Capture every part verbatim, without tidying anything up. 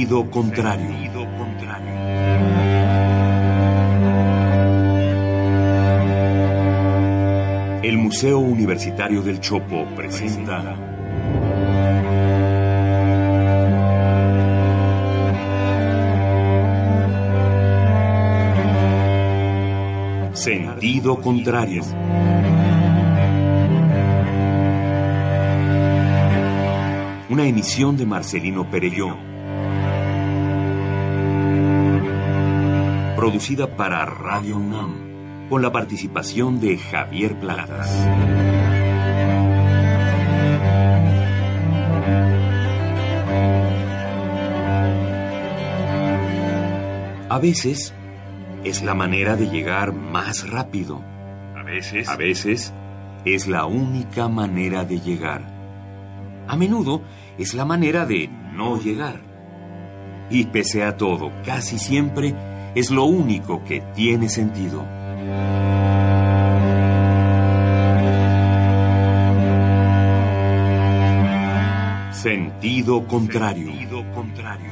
Sentido contrario. Sentido contrario. El Museo Universitario del Chopo presenta Sentido contrario. Una emisión de Marcelino Perelló. Producida para Radio UNAM, con la participación de Javier Platas. A veces es la manera de llegar más rápido. A veces, a veces es la única manera de llegar. A menudo es la manera de no llegar. Y pese a todo, casi siempre es lo único que tiene sentido. Sentido contrario. Sentido contrario.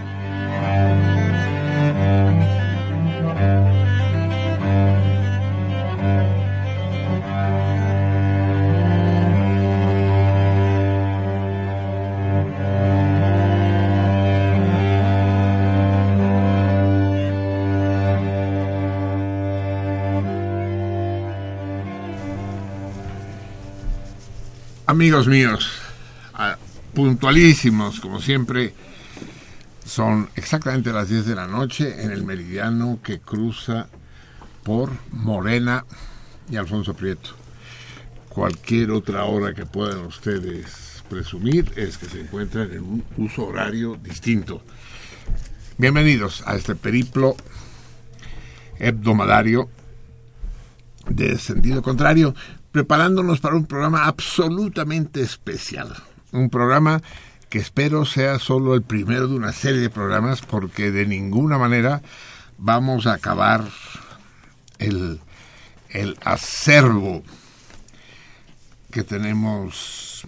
Amigos míos, puntualísimos, como siempre, son exactamente las diez de la noche en el meridiano que cruza por Morena y Alfonso Prieto. Cualquier otra hora que puedan ustedes presumir es que se encuentran en un uso horario distinto. Bienvenidos a este periplo hebdomadario de Sentido Contrario, preparándonos para un programa absolutamente especial. Un programa que espero sea solo el primero de una serie de programas, porque de ninguna manera vamos a acabar el, el acervo que tenemos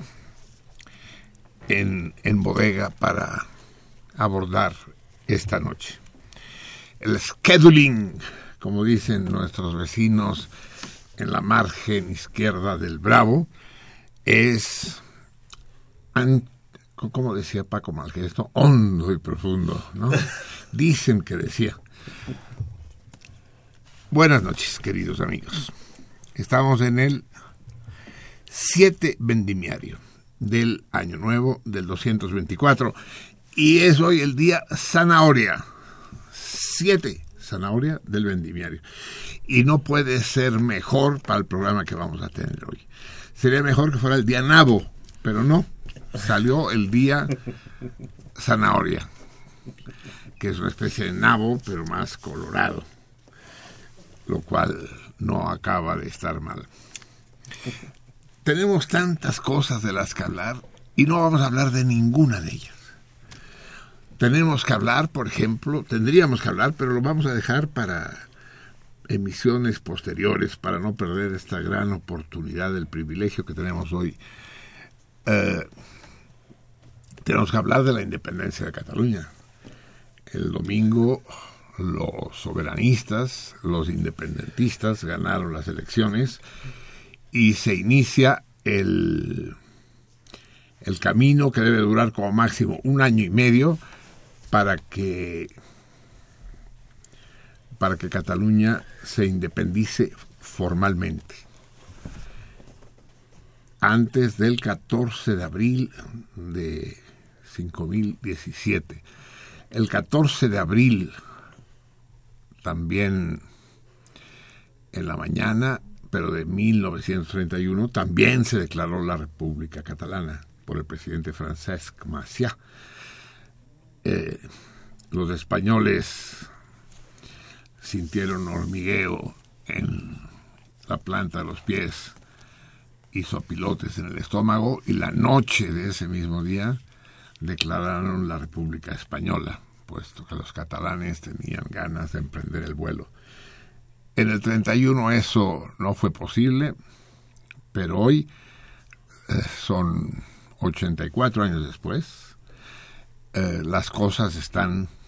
en, en bodega para abordar esta noche. El scheduling, como dicen nuestros vecinos en la margen izquierda del Bravo, es, como decía Paco Malgesto, hondo y profundo, ¿no? Dicen que decía. Buenas noches, queridos amigos. Estamos en el siete vendimiario del Año Nuevo del doscientos veinticuatro y es hoy el día zanahoria. siete zanahoria del vendimiario. Y no puede ser mejor para el programa que vamos a tener hoy. Sería mejor que fuera el día nabo, pero no. Salió el día zanahoria, que es una especie de nabo, pero más colorado, lo cual no acaba de estar mal. Tenemos tantas cosas de las que hablar y no vamos a hablar de ninguna de ellas. Tenemos que hablar, por ejemplo, tendríamos que hablar, pero lo vamos a dejar para emisiones posteriores, para no perder esta gran oportunidad, el privilegio que tenemos hoy. Eh, tenemos que hablar de la independencia de Cataluña. El domingo los soberanistas, los independentistas ganaron las elecciones y se inicia el, el camino que debe durar como máximo un año y medio para que para que Cataluña se independice formalmente antes del catorce de abril de cinco mil diecisiete. El catorce de abril, también en la mañana, pero de mil novecientos treinta y uno, también se declaró la República Catalana por el presidente Francesc Macià. Eh, los españoles sintieron hormigueo en la planta de los pies y sopilotes en el estómago, y la noche de ese mismo día declararon la República Española, puesto que los catalanes tenían ganas de emprender el vuelo. En el treinta y uno eso no fue posible, pero hoy eh, son ochenta y cuatro años después, eh, las cosas están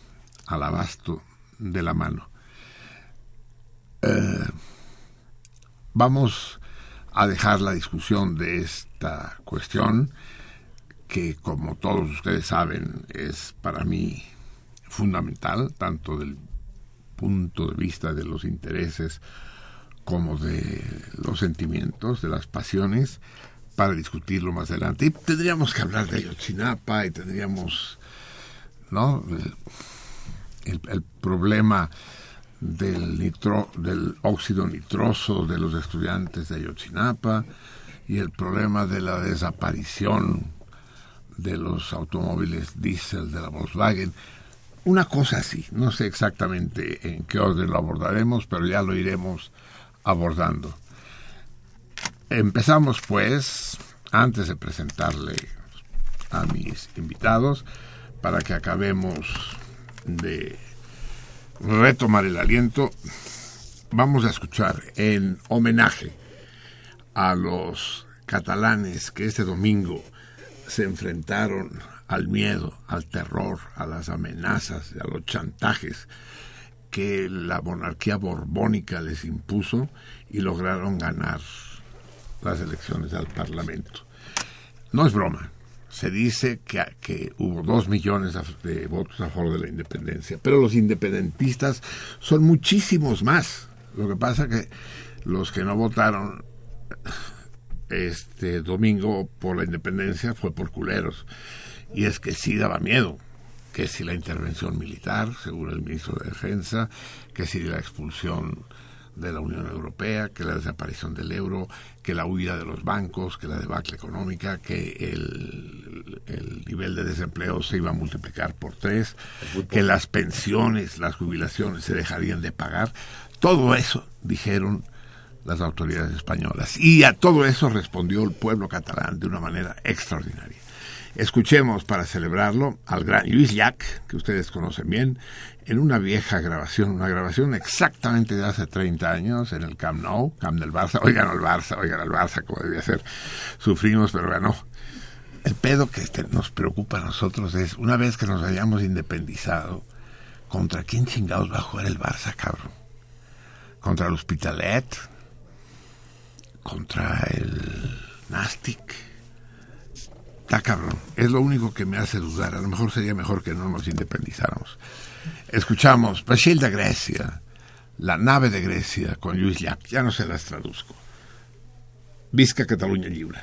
al abasto de la mano. Eh, vamos a dejar la discusión de esta cuestión, que como todos ustedes saben es para mí fundamental, tanto del punto de vista de los intereses como de los sentimientos, de las pasiones, para discutirlo más adelante. Y tendríamos que hablar de Ayotzinapa y tendríamos, ¿no?, el, el, el problema del nitro, del óxido nitroso de los estudiantes de Ayotzinapa y el problema de la desaparición de los automóviles diésel de la Volkswagen. Una cosa así, no sé exactamente en qué orden lo abordaremos, pero ya lo iremos abordando. Empezamos, pues, antes de presentarle a mis invitados, para que acabemos de retomar el aliento, vamos a escuchar en homenaje a los catalanes que este domingo se enfrentaron al miedo, al terror, a las amenazas, a los chantajes que la monarquía borbónica les impuso y lograron ganar las elecciones al Parlamento. No es broma. Se dice que, que hubo dos millones de votos a favor de la independencia, pero los independentistas son muchísimos más. Lo que pasa es que los que no votaron este domingo por la independencia fue por culeros. Y es que sí daba miedo, que si la intervención militar, según el ministro de Defensa, que si la expulsión de la Unión Europea, que la desaparición del euro, que la huida de los bancos, que la debacle económica, que el, el nivel de desempleo se iba a multiplicar por tres, que las pensiones, las jubilaciones se dejarían de pagar. Todo eso dijeron las autoridades españolas, y a todo eso respondió el pueblo catalán de una manera extraordinaria. Escuchemos, para celebrarlo, al gran Lluís Llach, que ustedes conocen bien, en una vieja grabación, una grabación exactamente de hace treinta años, en el Camp Nou, Camp del Barça. Oigan al Barça, oigan al Barça, como debía ser. Sufrimos, pero ganó. El pedo que este nos preocupa a nosotros es, una vez que nos hayamos independizado, ¿contra quién chingados va a jugar el Barça, cabrón? ¿Contra el Hospitalet? ¿Contra el Nàstic? Está cabrón, es lo único que me hace dudar. A lo mejor sería mejor que no nos independizáramos. Escuchamos Vaixell de Grecia, La nave de Grecia, con Lluís Llach. Ya no se las traduzco. Visca Catalunya lliure.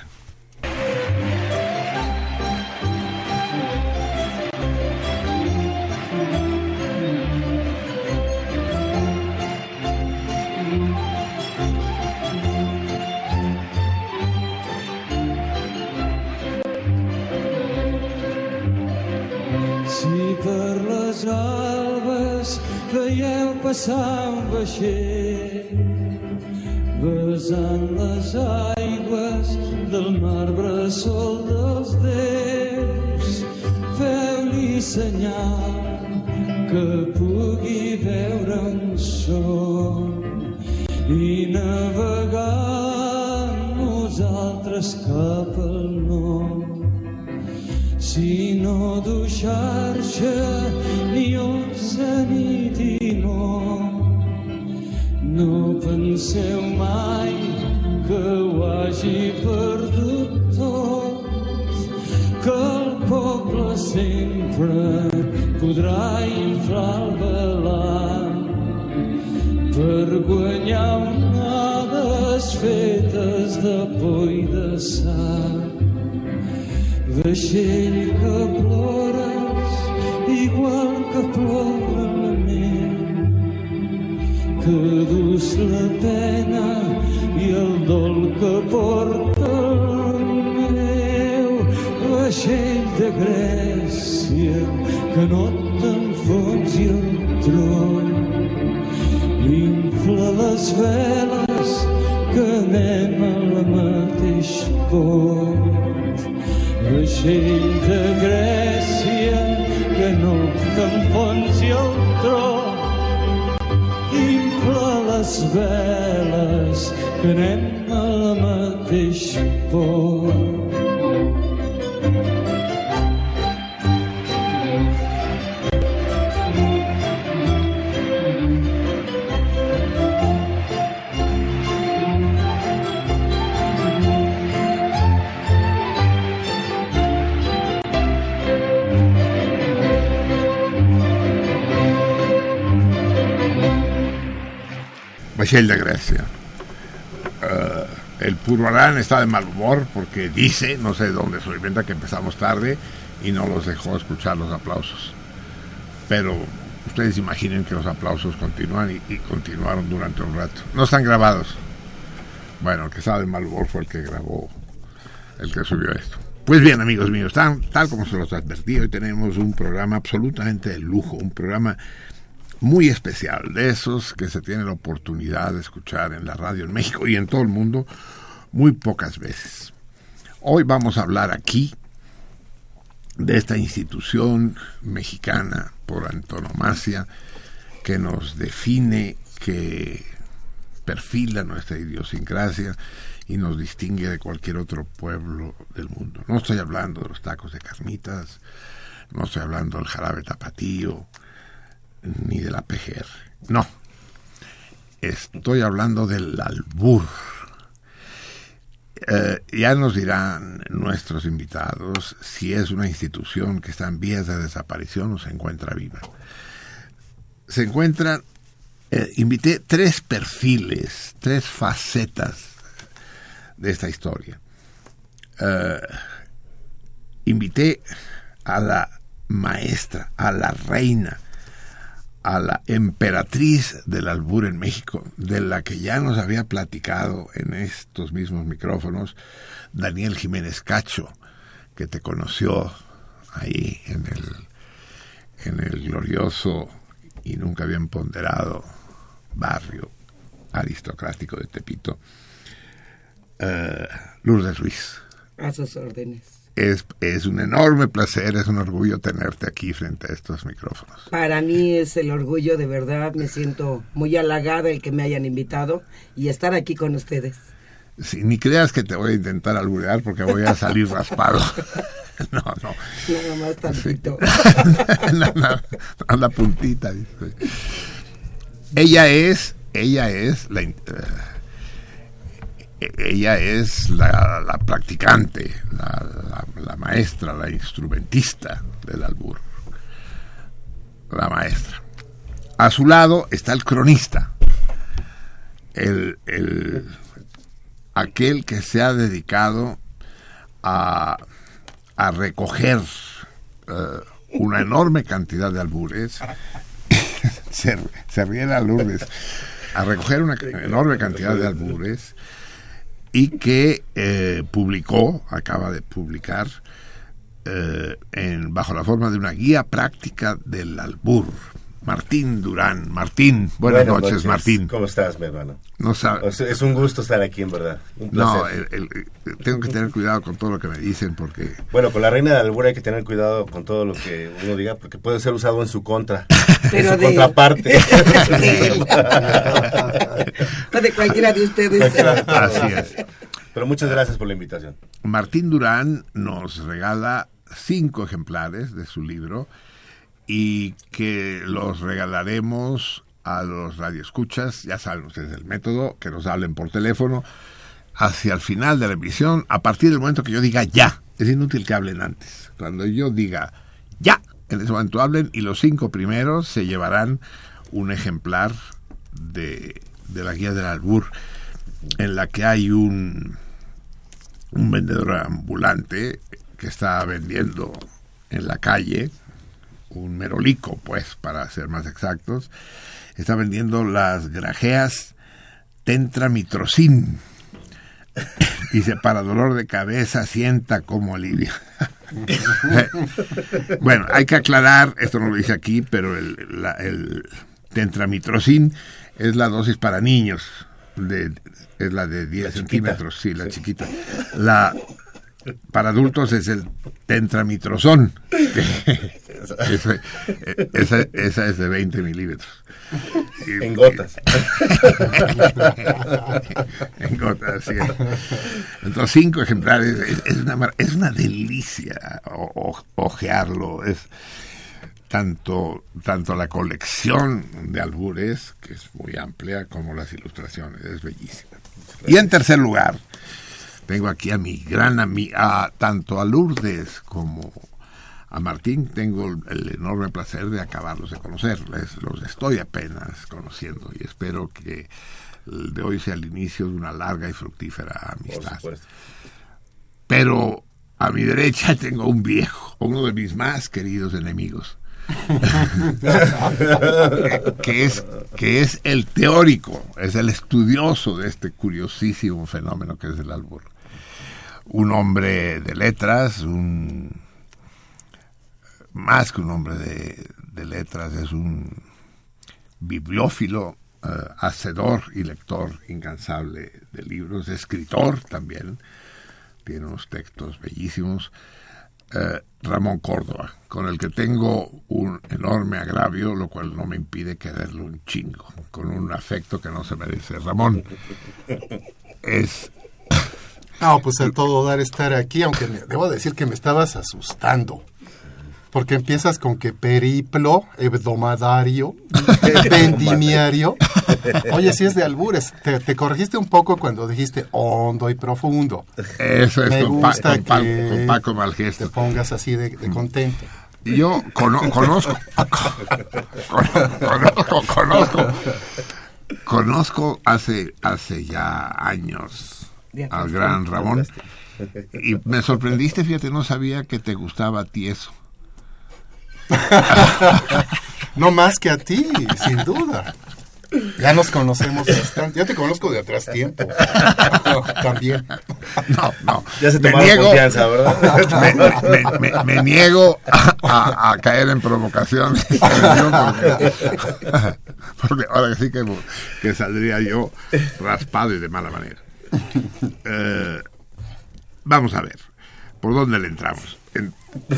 Per les albes veieu passar un vaixell besant les aigües del mar bressol dels déus. Feu-li senyal que pugui veure un son i navegar nosaltres cap al nord. Si no du xarxa ni onça ni timó, no penseu mai que ho hagi perdut tot, que el poble sempre podrà inflar el velant per guanyar onades fetes de por i de sang. Vaixell que plores, igual que plora la neu, que dus la pena i el dol que porta el meu. Vaixell de Grècia, que no t'enfonsi el tron, infla les veles, que anem al mateix port. Vaixell de Grècia, que no t'enfonsi el tron, infla les veles, que anem al mateix port. Michel de Grecia. Uh, el Purbarán está de mal humor porque dice, no sé de dónde se lo inventa, que empezamos tarde y no los dejó escuchar los aplausos. Pero ustedes imaginen que los aplausos continúan y, y continuaron durante un rato. No están grabados. Bueno, el que estaba de mal humor fue el que grabó, el que subió esto. Pues bien, amigos míos, tal, tal como se los advertí, hoy tenemos un programa absolutamente de lujo, un programa muy especial, de esos que se tiene la oportunidad de escuchar en la radio en México y en todo el mundo muy pocas veces. Hoy vamos a hablar aquí de esta institución mexicana por antonomasia que nos define, que perfila nuestra idiosincrasia y nos distingue de cualquier otro pueblo del mundo. No estoy hablando de los tacos de carnitas, no estoy hablando del jarabe tapatío, ni de la P G R. No, estoy hablando del albur. Eh, ya nos dirán nuestros invitados si es una institución que está en vías de desaparición o se encuentra viva. Se encuentran, eh, invité tres perfiles, tres facetas de esta historia. Uh, invité a la maestra, a la reina, a la emperatriz del albur en México, de la que ya nos había platicado en estos mismos micrófonos Daniel Jiménez Cacho, que te conoció ahí en el, en el glorioso y nunca bien ponderado barrio aristocrático de Tepito. Uh, Lourdes Ruiz. A sus órdenes. Es, es un enorme placer, es un orgullo tenerte aquí frente a estos micrófonos. Para mí es el orgullo, de verdad, me siento muy halagada el que me hayan invitado y estar aquí con ustedes. Sí, ni creas que te voy a intentar alburear porque voy a salir raspado. No, no. Nada más tantito. Sí. No, no, a la puntita. Dice. Ella es, ella es la... Uh, ella es la, la practicante, la, la, la maestra, la instrumentista del albur. La maestra. A su lado está el cronista, el, el aquel que se ha dedicado a, a recoger uh, una enorme cantidad de albures. se, se ríe la Lourdes. A recoger una enorme cantidad de albures y que eh, publicó, acaba de publicar, eh, en, bajo la forma de una guía práctica del albur. Martín Durán. Martín, buenas, buenas noches, noches, Martín. ¿Cómo estás, mi hermano? No sabe... Es un gusto estar aquí, en verdad. Un placer. No, el, el, tengo que tener cuidado con todo lo que me dicen porque... Bueno, con la reina del albur hay que tener cuidado con todo lo que uno diga porque puede ser usado en su contra. Pero en su de... contraparte. O de cualquiera de ustedes. Así es. Pero muchas gracias por la invitación. Martín Durán nos regala cinco ejemplares de su libro y que los regalaremos a los radioescuchas, ya saben ustedes el método, que nos hablen por teléfono hacia el final de la emisión, a partir del momento que yo diga ya. Es inútil que hablen antes. Cuando yo diga ya, en ese momento hablen y los cinco primeros se llevarán un ejemplar de, de la guía del albur, en la que hay un, un vendedor ambulante que está vendiendo en la calle, un merolico, pues, para ser más exactos, está vendiendo las grajeas Tentramitrocin. Dice, para dolor de cabeza, sienta como alivio. Bueno, hay que aclarar, esto no lo dice aquí, pero el, la, el Tentramitrocin es la dosis para niños, de, es la de diez centímetros, sí, la sí. chiquita. La para adultos es el Tentramitrozón. esa, esa, esa es de veinte milímetros. En gotas. En gotas, sí. Entonces, cinco ejemplares. Es, es, una, es una delicia o, o, ojearlo. Es tanto, tanto la colección de albures, que es muy amplia, como las ilustraciones. Es bellísima. Y en tercer lugar, tengo aquí a mi gran amiga, tanto a Lourdes como a Martín. Tengo el, el enorme placer de acabarlos de conocer. Les, los estoy apenas conociendo y espero que el de hoy sea el inicio de una larga y fructífera amistad. Pero a mi derecha tengo un viejo, uno de mis más queridos enemigos, que es que es el teórico, es el estudioso de este curiosísimo fenómeno que es el albur. Un hombre de letras, un más que un hombre de, de letras, es un bibliófilo, uh, hacedor y lector incansable de libros, escritor también, tiene unos textos bellísimos. Uh, Ramón Córdoba, con el que tengo un enorme agravio, lo cual no me impide quererlo un chingo, con un afecto que no se merece. Ramón es... No, pues a todo dar estar aquí, aunque me, debo decir que me estabas asustando. Porque empiezas con que periplo, hebdomadario, vendimiario. Oye, si es de albures, te, te corregiste un poco cuando dijiste hondo y profundo. Eso es, me con, gusta pa, con, que con Paco Malgesto. te pongas así de, de contento. Yo cono, conozco, conozco, conozco, conozco hace, hace ya años al gran Ramón. Y me sorprendiste, fíjate, no sabía que te gustaba a ti eso. No más que a ti, sin duda. Ya nos conocemos bastante. Yo te conozco de atrás tiempo. No, también. No, no. Ya se me tomaron niego, confianza, ¿verdad? Me, me, me, me niego a, a, a caer en provocaciones. Porque, porque ahora sí que, que saldría yo raspado y de mala manera. Eh, vamos a ver. ¿Por dónde le entramos? En,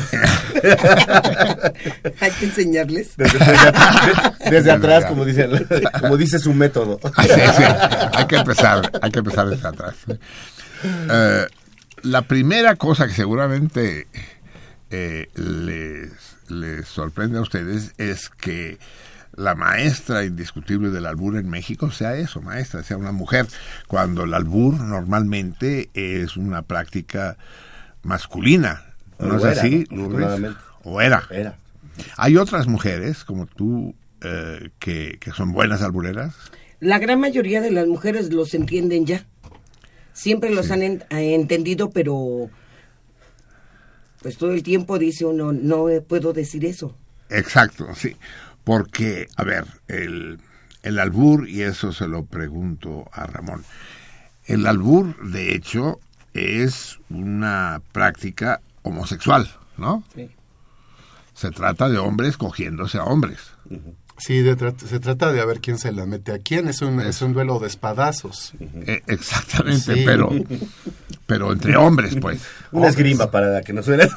Hay que enseñarles. Desde, desde, desde atrás, como dice, como dice su método. Sí, sí, hay que empezar, hay que empezar desde atrás. Uh, la primera cosa que seguramente eh, les, les sorprende a ustedes es que la maestra indiscutible del albur en México sea eso, maestra, sea una mujer, cuando el albur normalmente es una práctica masculina. ¿No es era, así, ¿no? Lourdes? ¿O era? Era. ¿Hay otras mujeres como tú eh, que, que son buenas albureras? La gran mayoría de las mujeres los entienden ya. Siempre los sí. han en, eh, entendido, pero pues todo el tiempo dice uno, no puedo decir eso. Exacto, sí. Porque, a ver, el, el albur, y eso se lo pregunto a Ramón, el albur, de hecho, es una práctica homosexual, ¿no? Sí. Se trata de hombres cogiéndose a hombres. Sí, de tra- se trata de a ver quién se la mete a quién, es un, es un duelo de espadazos. Eh, exactamente, sí. pero pero entre hombres, pues. Una esgrima para que no suene.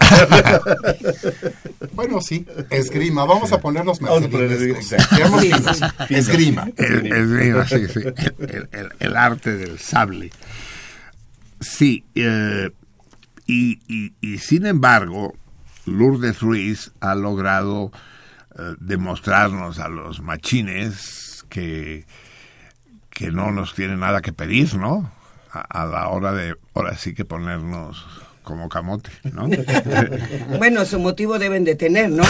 Bueno, sí, esgrima, vamos a ponernos más felices. Esgrima. El, esgrima, sí, sí, el, el, el arte del sable. Sí, eh, y, y, y sin embargo, Lourdes Ruiz ha logrado eh, demostrarnos a los machines que, que no nos tiene nada que pedir, ¿no? A, a la hora de, ahora sí que ponernos como camote, ¿no? Bueno, su motivo deben de tener, ¿no?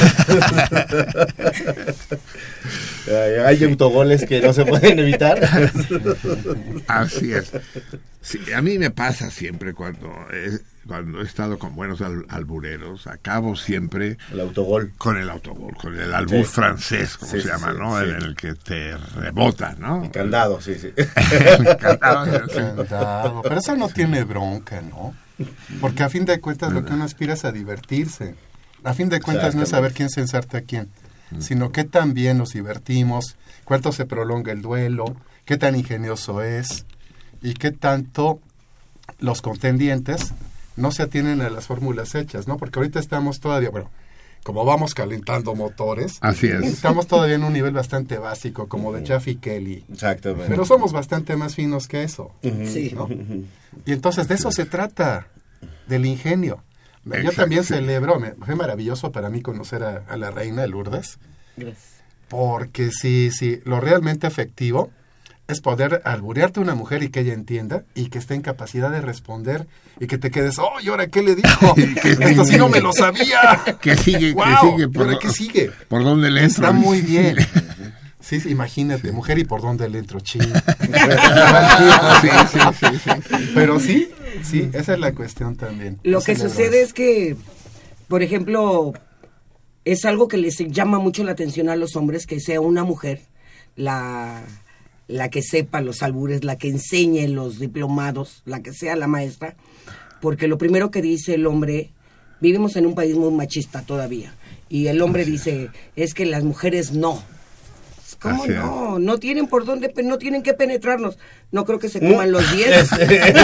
Hay autogoles que no se pueden evitar. Así es. Sí, a mí me pasa siempre cuando he, cuando he estado con buenos al, albureros, acabo siempre el autogol. Con el autogol, con el albur sí. francés, como sí, se sí, llama, sí, ¿no? Sí. En el que te rebota, ¿no? El candado, sí, sí. El candado, sí. Candado. Pero eso no tiene bronca, ¿no? Porque a fin de cuentas lo que uno aspira es a divertirse. A fin de cuentas no es saber quién se ensarta a quién, sino qué tan bien nos divertimos, cuánto se prolonga el duelo, qué tan ingenioso es y qué tanto los contendientes no se atienen a las fórmulas hechas, ¿no? Porque ahorita estamos todavía, bueno, como vamos calentando motores, así es. Estamos todavía en un nivel bastante básico, como de Chaffee Kelly. Exactamente. Pero somos bastante más finos que eso. Uh-huh. Sí. ¿No? Y entonces de eso se trata, del ingenio. Exacto. Yo también celebro, me, fue maravilloso para mí conocer a, a la reina de Lourdes. Gracias. Porque sí, sí, lo realmente efectivo es poder alburearte a una mujer y que ella entienda y que esté en capacidad de responder y que te quedes, ¡oh, y ahora qué le dijo! ¡Esto sí no me lo sabía! ¿Qué sigue? ¡Wow! ¿Qué sigue? ¿Por qué sigue? ¿Por dónde le entro? Está muy bien. Sí, sí, imagínate, sí. Mujer, ¿y por dónde le entro? Ching. sí, sí, sí, sí. Pero sí, sí, esa es la cuestión también. Lo es que sucede es que, por ejemplo, es algo que les llama mucho la atención a los hombres, que sea una mujer la, la que sepa los albures, la que enseñe los diplomados, la que sea la maestra, porque lo primero que dice el hombre, vivimos en un país muy machista todavía, y el hombre dice, es que las mujeres no. ¿Cómo Así no? Es. No tienen por dónde, no tienen que penetrarnos. No creo que se coman ¿Mm? los diez. O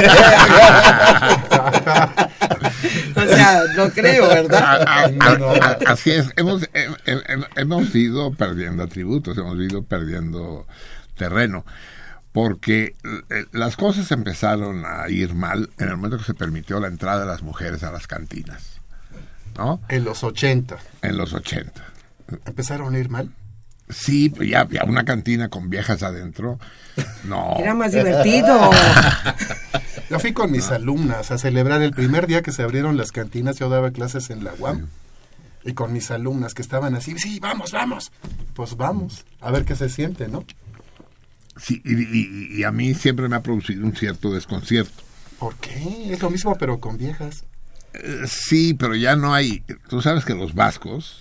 sea, no creo, ¿verdad? A, a, a, a, así es. Hemos, he, he, hemos ido perdiendo atributos, hemos ido perdiendo terreno. Porque las cosas empezaron a ir mal en el momento que se permitió la entrada de las mujeres a las cantinas, ¿no? En los ochenta. En los ochenta. ¿Empezaron a ir mal? Sí, ya, ya una cantina con viejas adentro, no. Era más divertido. Yo fui con mis no. alumnas a celebrar el primer día que se abrieron las cantinas. Yo daba clases en la U A M. Sí. Y con mis alumnas que estaban así, sí, vamos, vamos. Pues vamos, a ver qué se siente, ¿no? Sí, y, y, y a mí siempre me ha producido un cierto desconcierto. ¿Por qué? Es lo mismo, pero con viejas. Eh, sí, pero ya no hay... Tú sabes que los vascos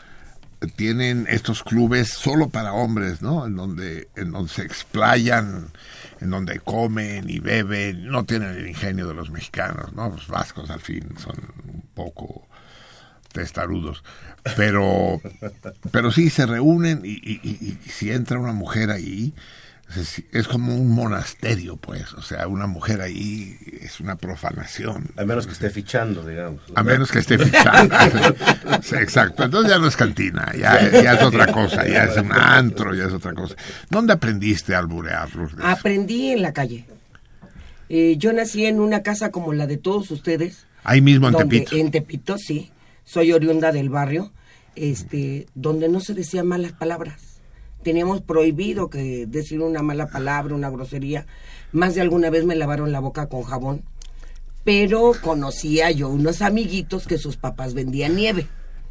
tienen estos clubes solo para hombres, ¿no? En donde, en donde se explayan, en donde comen y beben. No tienen el ingenio de los mexicanos, ¿no? Los vascos, al fin, son un poco testarudos. Pero, pero sí, se reúnen y, y, y, y si entra una mujer ahí... Es, es como un monasterio, pues. O sea, una mujer ahí es una profanación. A menos que esté fichando, digamos. A menos que esté fichando. Sí, exacto. Entonces ya no es cantina, ya, ya es otra cosa, ya es un antro, ya es otra cosa. ¿Dónde aprendiste a alburear, Lourdes? Aprendí en la calle. Eh, yo nací en una casa como la de todos ustedes. Ahí mismo en donde, Tepito. En Tepito, sí. Soy oriunda del barrio, este, donde no se decían malas palabras. Teníamos prohibido que decir una mala palabra, una grosería. Más de alguna vez me lavaron la boca con jabón. Pero conocía yo unos amiguitos que sus papás vendían nieve.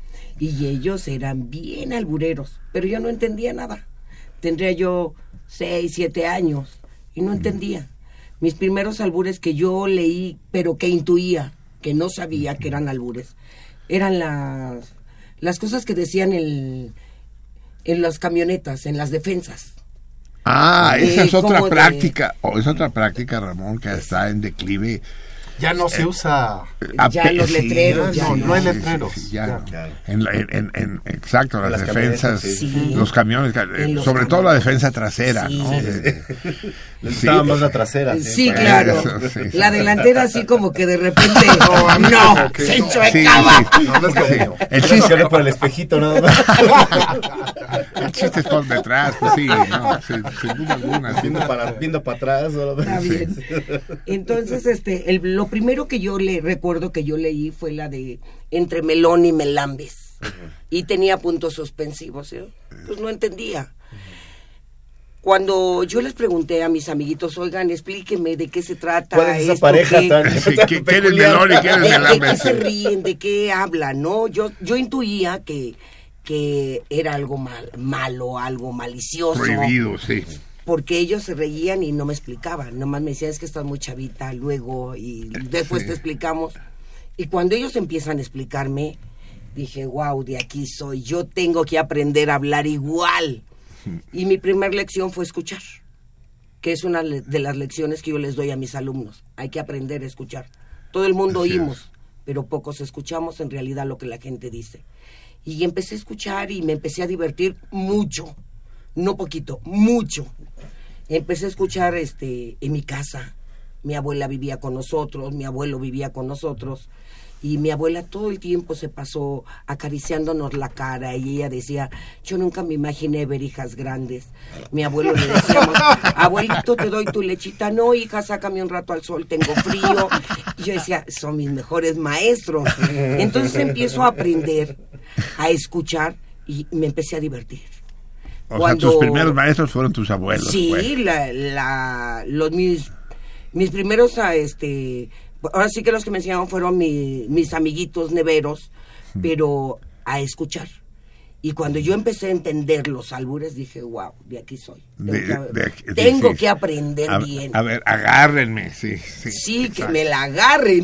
Y ellos eran bien albureros. Pero yo no entendía nada. Tendría yo seis, siete años. Y no entendía. Mis primeros albures que yo leí, pero que intuía, que no sabía que eran albures, eran las, las cosas que decían el... en las camionetas, en las defensas. Ah, esa eh, es otra práctica, de... o oh, es otra práctica, Ramón, que está en declive. Ya no se eh, usa. Ya pe- los letreros, sí, ya no, no, no hay letreros. Sí, sí, ya ya. No. Claro. En, la, en, en, exacto, las, las defensas, sí. los camiones, en los sobre camiones. todo la defensa trasera, sí. ¿no? Sí, sí. Necesitaba sí. más la trasera. Sí, sí claro. Eso, sí, sí. La delantera así como que de repente no, no okay. se enchuecaba. Sí, sí. No, no es como, sí. El chiste era por el espejito nada más. El chiste es por detrás, pues sí, no, sin, sin duda alguna. Viendo para, viendo para atrás. Está bien. Entonces, este, el, lo primero que yo le recuerdo que yo leí fue la de Entre melón y melambes. Uh-huh. Y tenía puntos suspensivos. ¿eh? Pues no entendía. Cuando yo les pregunté a mis amiguitos, oigan, explíquenme de qué se trata. ¿Cuál es esa esto, pareja qué, tan, sí, tan ¿qué, ¿Qué eres melón y qué eres melambes? ¿De qué se ríen? ¿De qué hablan? ¿No? Yo, yo intuía que, que era algo mal, malo, algo malicioso. Prohibido, sí. Porque ellos se reían y no me explicaban. Nomás me decían, es que estás muy chavita, luego, y después sí. te explicamos. Y cuando ellos empiezan a explicarme, dije, wow, de aquí soy. Yo tengo que aprender a hablar igual. Y mi primer lección fue escuchar, que es una de las lecciones que yo les doy a mis alumnos. Hay que aprender a escuchar. Todo el mundo Así oímos, es. pero pocos escuchamos en realidad lo que la gente dice. Y empecé a escuchar y me empecé a divertir mucho, no poquito, mucho. Empecé a escuchar este en mi casa. Mi abuela vivía con nosotros, mi abuelo vivía con nosotros. Y mi abuela todo el tiempo se pasó acariciándonos la cara y ella decía, yo nunca me imaginé ver hijas grandes. Mi abuelo le decíamos, abuelito, te doy tu lechita. No, hija, sácame un rato al sol, tengo frío. Y yo decía, son mis mejores maestros. Entonces empiezo a aprender, a escuchar y me empecé a divertir. O Cuando, sea, tus primeros maestros fueron tus abuelos. Sí, pues. la, la, los, mis, mis primeros, este... ahora sí que los que me enseñaron fueron mi, mis amiguitos neveros, pero a escuchar. Y cuando yo empecé a entender los albures, dije, wow, de aquí soy. Tengo, De- que, de aquí- de- tengo sí. que aprender A, bien. a ver, agárrenme, sí. Sí, sí, que exacto. me la agarren.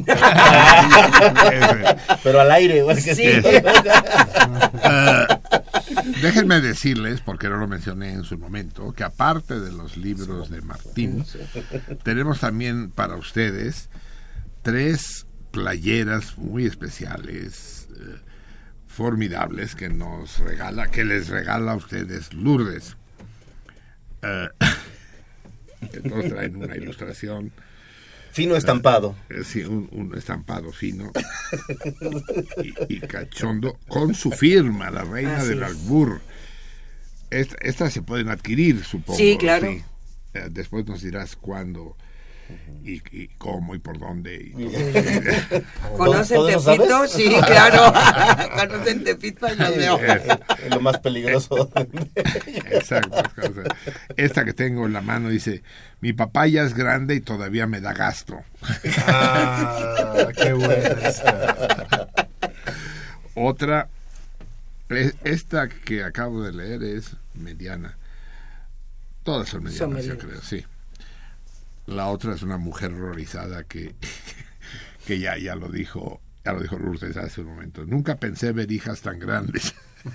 Pero al aire, igual que Sí. Ah, déjenme decirles, porque no lo mencioné en su momento, que aparte de los libros de Martín, tenemos también para ustedes tres playeras muy especiales, eh, formidables, que nos regala, que les regala a ustedes Lourdes. Eh, que todos traen una ilustración. Fino estampado. Eh, sí, un, un estampado fino y, y cachondo con su firma, la reina Así del es. albur. Esta- Estas se pueden adquirir, supongo. Sí, claro. Eh, después nos dirás cuándo y, y cómo y por dónde. Y todo. ¿Conocen ¿Todo eso Tepito? sabes? Sí, claro. ¿Conocen Tepito? Yo veo. Es lo más peligroso. Exacto. O sea, esta que tengo en la mano dice: mi papá ya es grande y todavía me da gasto. Ah, qué buena esta. Otra, es- esta que acabo de leer es mediana. Todas son medianas, Son yo medianas. creo, sí. La otra es una mujer horrorizada que, que ya, ya lo dijo, ya lo dijo Lourdes hace un momento. Nunca pensé ver hijas tan grandes.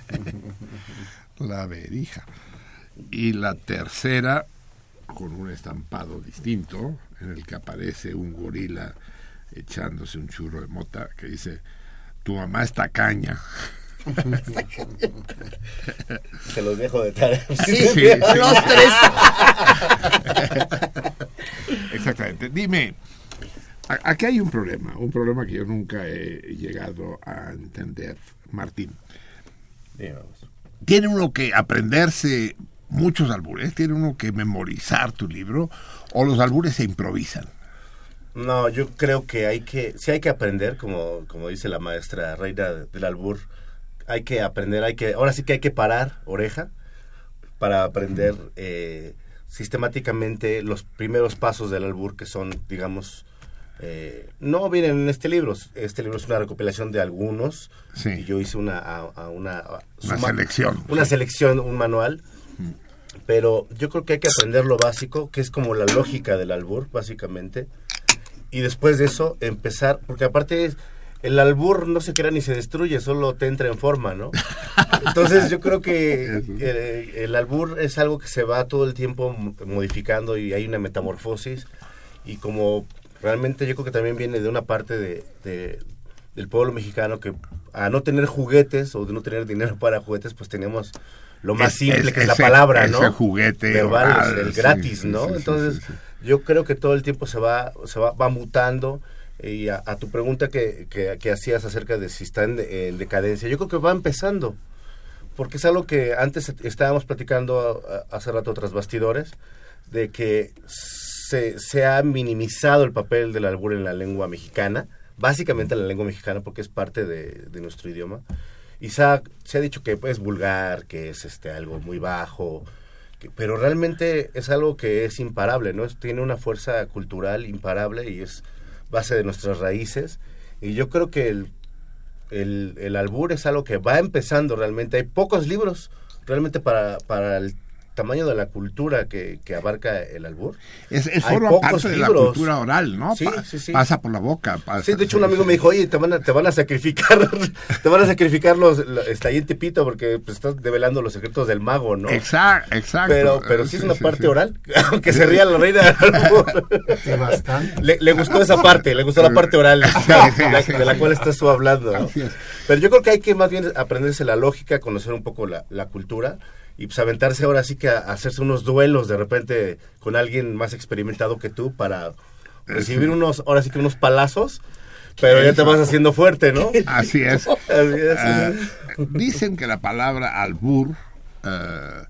La verija. Y la tercera, con un estampado distinto, en el que aparece un gorila echándose un churro de mota, que dice: tu mamá está caña. Se los dejo de tarea. Sí, Sí, sí. los tres. Exactamente. Dime, a- aquí hay un problema, un problema que yo nunca he llegado a entender, Martín. ¿Tiene uno que aprenderse muchos albures? ¿Tiene uno que memorizar tu libro? ¿O los albures se improvisan? No, yo creo que hay que, sí hay que aprender, como, como dice la maestra reina del albur, hay que aprender, hay que, ahora sí que hay que parar oreja para aprender eh, sistemáticamente los primeros pasos del albur, que son, digamos, eh, no vienen en este libro. Este libro es una recopilación de algunos. Sí. Y yo hice una, a, a una, a- Una suma- selección. Una selección, un manual. Pero yo creo que hay que aprender lo básico, que es como la lógica del albur, básicamente. Y después de eso, empezar, porque aparte es, el albur no se crea ni se destruye, solo te entra en forma, ¿no? Entonces yo creo que eh, el albur es algo que se va todo el tiempo mo- modificando y hay una metamorfosis. Y como realmente yo creo que también viene de una parte de, de- del pueblo mexicano que a no tener juguetes o de no tener dinero para juguetes, pues tenemos lo más Es- simple, es- que es la ese- palabra, ¿no? ese juguete verbal, oral, el sí, gratis, sí, ¿no? sí, sí, Entonces, sí, sí. yo creo que todo el tiempo se va, se va, va mutando. Y a, a tu pregunta que, que, que hacías acerca de si está en, de- en decadencia, yo creo que va empezando, porque es algo que antes estábamos platicando a- a- hace rato tras bastidores, de que se, se ha minimizado el papel del albur en la lengua mexicana, básicamente en la lengua mexicana, porque es parte de, de nuestro idioma, y se ha, se ha dicho que es vulgar, que es este algo muy bajo, que- pero realmente es algo que es imparable, ¿no? Es- tiene una fuerza cultural imparable y es base de nuestras raíces, y yo creo que el, el, el albur es algo que va empezando realmente. Hay pocos libros realmente para, para el tamaño de la cultura que, que abarca el albur. Es, es Hay forma pocos parte de la libros. cultura oral, ¿no? Sí, Pa- sí, sí. Pasa por la boca. Pasa, Sí, de hecho un sí, amigo sí. me dijo, oye, te van a, te van a sacrificar, te van a sacrificar los, lo- está ahí en Tepito porque pues, estás develando los secretos del mago, ¿no? Exacto, exacto. Pero, pero sí es Sí, una sí, parte sí. oral, aunque se ría la reina del albur. Y bastante. Le, le gustó esa parte, le gustó la parte oral, sí, la- sí, de la sí. cual estás tú hablando, ¿no? Así es. Pero yo creo que hay que más bien aprenderse la lógica, conocer un poco la, la cultura y pues aventarse ahora sí que a, a hacerse unos duelos de repente con alguien más experimentado que tú para recibir unos, ahora sí que unos palazos, pero ya te vas haciendo fuerte, ¿no? Así es. Así es. Eh, dicen que la palabra albur, eh,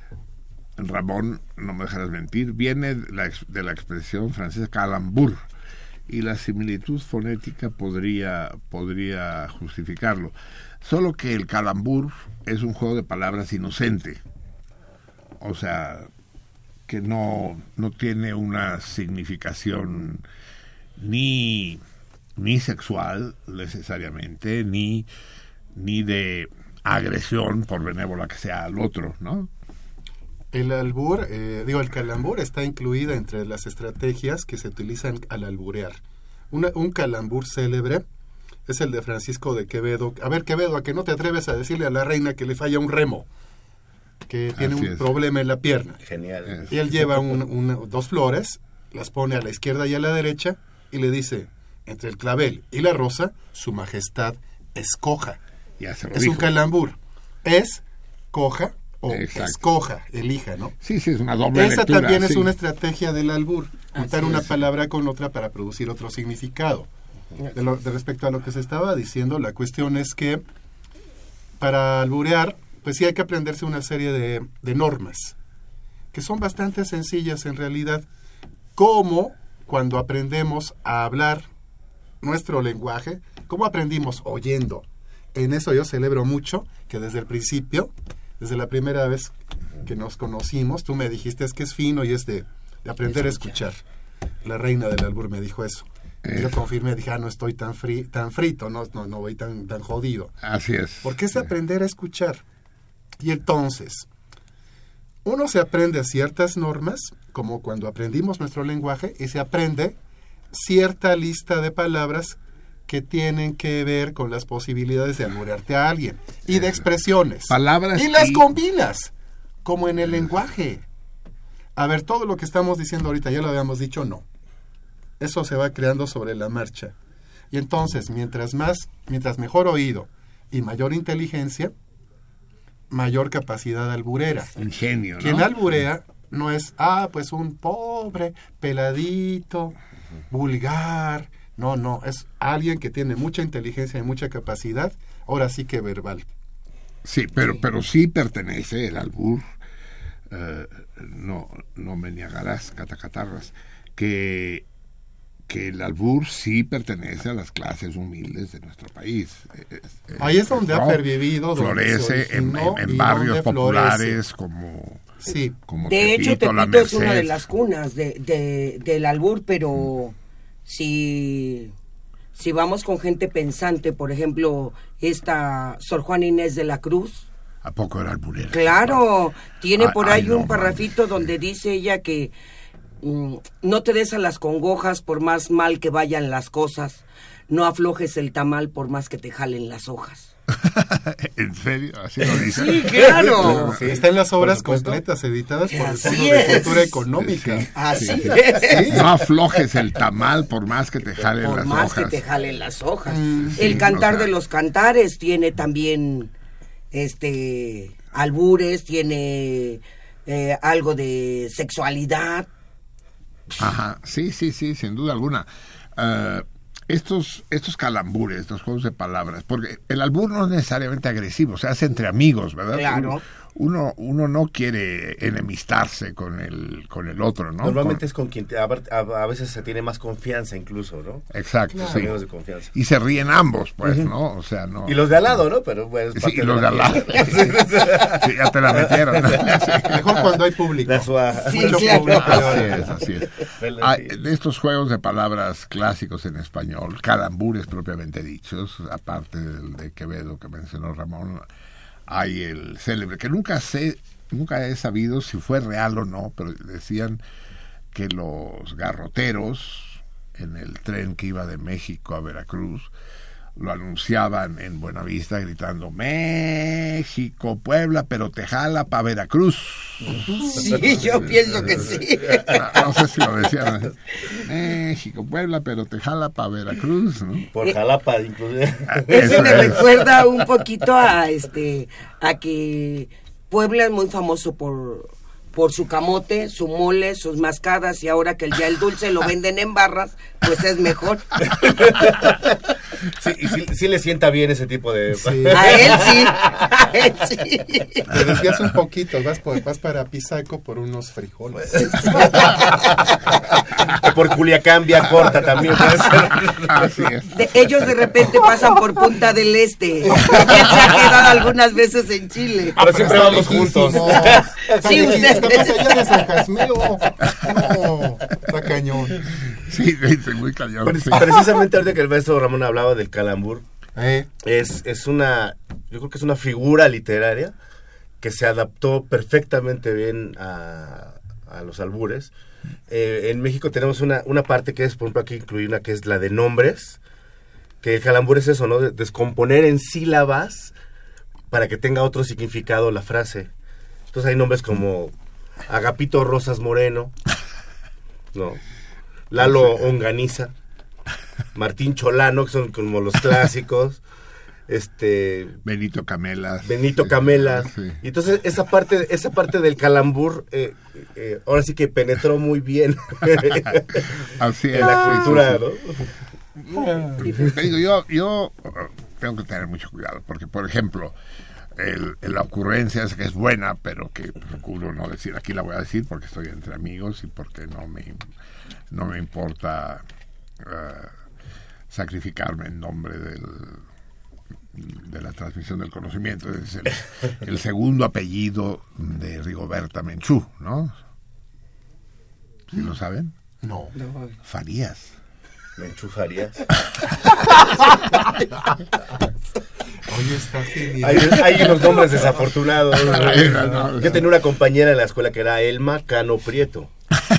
Ramón, no me dejarás mentir, viene de la, ex- de la expresión francesa calembour, y la similitud fonética podría, podría justificarlo. Solo que el calembour es un juego de palabras inocente. O sea, que no, no tiene una significación ni, ni sexual necesariamente, ni, ni de agresión, por benévola que sea al otro, ¿no? El albur, eh, digo, el calambur está incluida entre las estrategias que se utilizan al alburear. Una, un calambur célebre es el de Francisco de Quevedo. A ver, Quevedo, ¿a que no te atreves a decirle a la reina que le falla un remo? Que tiene Así un es. problema en la pierna. Genial. Y él lleva un, un, dos flores, las pone a la izquierda y a la derecha, y le dice, entre el clavel y la rosa, su majestad escoja. Ya se lo Es dijo. un calambur. Es, coja o Exacto. escoja, elija, ¿no? Sí, sí, es una doble Esa lectura, también es sí. una estrategia del albur, juntar Así una es. palabra con otra para producir otro significado. De, lo, de respecto a lo que se estaba diciendo, la cuestión es que para alburear, pues sí hay que aprenderse una serie de, de normas, que son bastante sencillas en realidad, como cuando aprendemos a hablar nuestro lenguaje, ¿cómo aprendimos? Oyendo. En eso yo celebro mucho que desde el principio, desde la primera vez que nos conocimos, tú me dijiste es que es fino y es de, de aprender a escuchar. La reina del albur me dijo eso. Y yo confirmé, dije, ah, no estoy tan, fri tan frito, no, no, no voy tan, tan jodido. Así es. Porque es aprender a escuchar. Y entonces, uno se aprende ciertas normas, como cuando aprendimos nuestro lenguaje, y se aprende cierta lista de palabras que tienen que ver con las posibilidades de alburearte a alguien, y de expresiones. Palabras y las y- combinas, como en el lenguaje. A ver, todo lo que estamos diciendo ahorita, ya lo habíamos dicho, no. Eso se va creando sobre la marcha. Y entonces, mientras más, mientras mejor oído y mayor inteligencia, mayor capacidad alburera. Ingenio, ¿no? Quien alburea no es, ah, pues un pobre, peladito, vulgar. No, no, es alguien que tiene mucha inteligencia y mucha capacidad, ahora sí que verbal. Sí, pero, pero sí pertenece el albur, eh, no, no me negarás, catacatarras, que, que el albur sí pertenece a las clases humildes de nuestro país. Es- es- Ahí es donde ha ¿no? pervivido, donde se Florece en, originó en- en y barrios donde populares como, Sí, como De hecho, Tepito, La Tepito es una de Merced. las cunas de, de- del albur, pero si, si vamos con gente pensante, por ejemplo, esta Sor Juana Inés de la Cruz, ¿A poco era alburera? claro, tiene Ay, por ay, ahí no, un parrafito donde dice ella que mm, no te des a las congojas por más mal que vayan las cosas, no aflojes el tamal por más que te jalen las hojas. ¿En serio? ¿Así lo dice? Sí, claro. sí, está en las obras Por supuesto. completas editadas por el Así Fondo de es. Cultura Económica. Sí, Así sí. es. No aflojes el tamal por más que te jalen Por las más hojas. que te jalen las hojas. Mm, el sí, cantar o sea. de los cantares tiene también este albures, tiene eh, algo de sexualidad. Ajá, sí, sí, sí, sin duda alguna. Eh, estos, estos calambures, estos juegos de palabras, porque el albur no es necesariamente agresivo, se hace entre amigos, ¿verdad? Claro. Uno, uno no quiere enemistarse con el, con el otro, ¿no? Normalmente Con- es con quien te- a, a- a veces se tiene más confianza inclo, ¿no? Exacto, Los sí. amigos de confianza. Y se ríen ambos, pues, ¿no? O sea, no... Y los de al lado, ¿no? Pero pues, es Sí, parte y los de la al lado. fiesta. Sí, ya te la metieron. Sí. Mejor cuando hay público. La sua- Sí, Mucho claro. público. Así es, así es. Vele, Ah, sí. de estos juegos de palabras clásicos en español, calambures propiamente dichos, aparte del de Quevedo que mencionó Ramón, hay el célebre, que nunca sé, nunca he sabido si fue real o no, pero decían que los garroteros en el tren que iba de México a Veracruz lo anunciaban en Buenavista gritando México, Puebla, pero te jala pa' Veracruz. Sí, yo pienso que sí. No, no sé si lo decían. México, Puebla, pero te jala pa' Veracruz, ¿no? Por Jalapa, inclusive. Eso me es. recuerda un poquito a este a que Puebla es muy famoso por por su camote, su mole, sus mascadas, y ahora que ya el dulce lo venden en barras, pues es mejor. Sí, y sí, sí le sienta bien ese tipo de... Sí. A él sí, a él sí. Te desvías un poquito, vas, por, vas para Pisaco por unos frijoles. O por Culiacán, vía corta también puede ser. Así es. De- ellos de repente pasan por Punta del Este. Y él se ha quedado algunas veces en Chile. Pero siempre vamos juntos. Sí, Sí, usted. está más allá de San Jasmeo. No, está cañón. Sí, sí, muy cañón. Pre- sí. Precisamente ahorita que el maestro Ramón hablaba del calambur, Eh, es, es una yo creo que es una figura literaria que se adaptó perfectamente bien a, a los albures. Eh, en México tenemos una, una parte que es, por ejemplo, aquí incluí una que es la de nombres, que el calambur es eso, ¿no? De descomponer en sílabas para que tenga otro significado la frase. Entonces hay nombres como Agapito Rosas Moreno, ¿no? Lalo Onganiza, Martín Cholano, que son como los clásicos, este Benito Camelas. Benito Camelas. Sí. Y entonces esa parte, esa parte del calambur, eh, eh, ahora sí que penetró muy bien Así es. en la cultura, sí, ¿no? Te digo, yo, yo tengo que tener mucho cuidado, porque, por ejemplo, el, la ocurrencia es que es buena, pero que procuro no decir. Aquí la voy a decir porque estoy entre amigos y porque no me, no me importa uh, sacrificarme en nombre del, de la transmisión del conocimiento. Es el, el segundo apellido de Rigoberta Menchú, ¿no? ¿Sí lo saben? No. Farías. Menchú Farías. Oye, está genial. Hay, hay unos nombres desafortunados. Ay, no, no, Yo tenía una compañera en la escuela que era Elma Cano Prieto.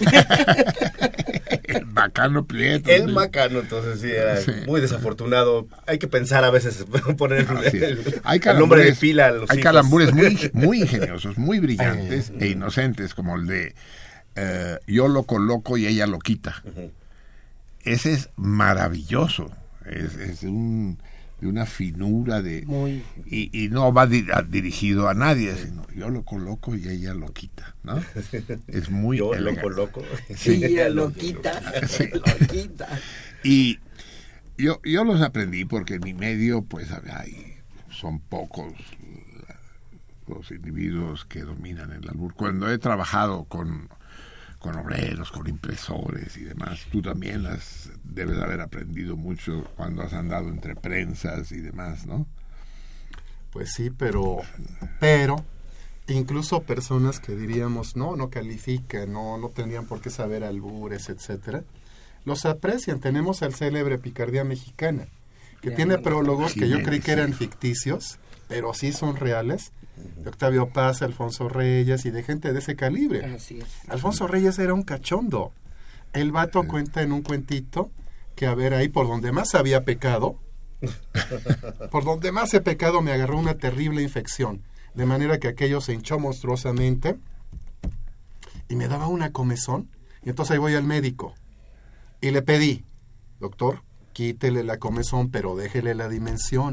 El Macano Prieto. Elma sí. Cano, entonces sí, era Sí. muy desafortunado. Hay que pensar a veces poner Así es. el, Hay el nombre de calambures, pila a los hay hijos. calambures muy, muy ingeniosos, muy brillantes e inocentes, como el de eh, yo lo coloco y ella lo quita. Ujú. Ese es maravilloso. Es, es un, de una finura de Muy. y, y no va di, a, dirigido a nadie, sino yo lo coloco y ella lo quita, ¿no? Es muy Yo elegante. loco, loco. Sí. Y ella lo quita, Sí. lo quita. Y yo, yo los aprendí porque en mi medio, pues, hay, son pocos los individuos que dominan el albur. Cuando he trabajado con, con obreros, con impresores y demás, tú también las debes haber aprendido mucho cuando has andado entre prensas y demás, ¿no? Pues sí, pero, pero, incluso personas que diríamos, no, no califican, no, no tendrían por qué saber albures, etcétera, los aprecian. Tenemos al célebre Picardía Mexicana, que Ya, tiene no, prólogos que yo Jiménez, creí que eran sí. ficticios, pero sí son reales, de Octavio Paz, Alfonso Reyes y de gente de ese calibre. Así es. Alfonso Reyes era un cachondo. El vato cuenta en un cuentito que, a ver, ahí por donde más había pecado, por donde más he pecado me agarró una terrible infección, de manera que aquello se hinchó monstruosamente y me daba una comezón. Y entonces ahí voy al médico y le pedí, doctor, quítele la comezón, pero déjele la dimensión.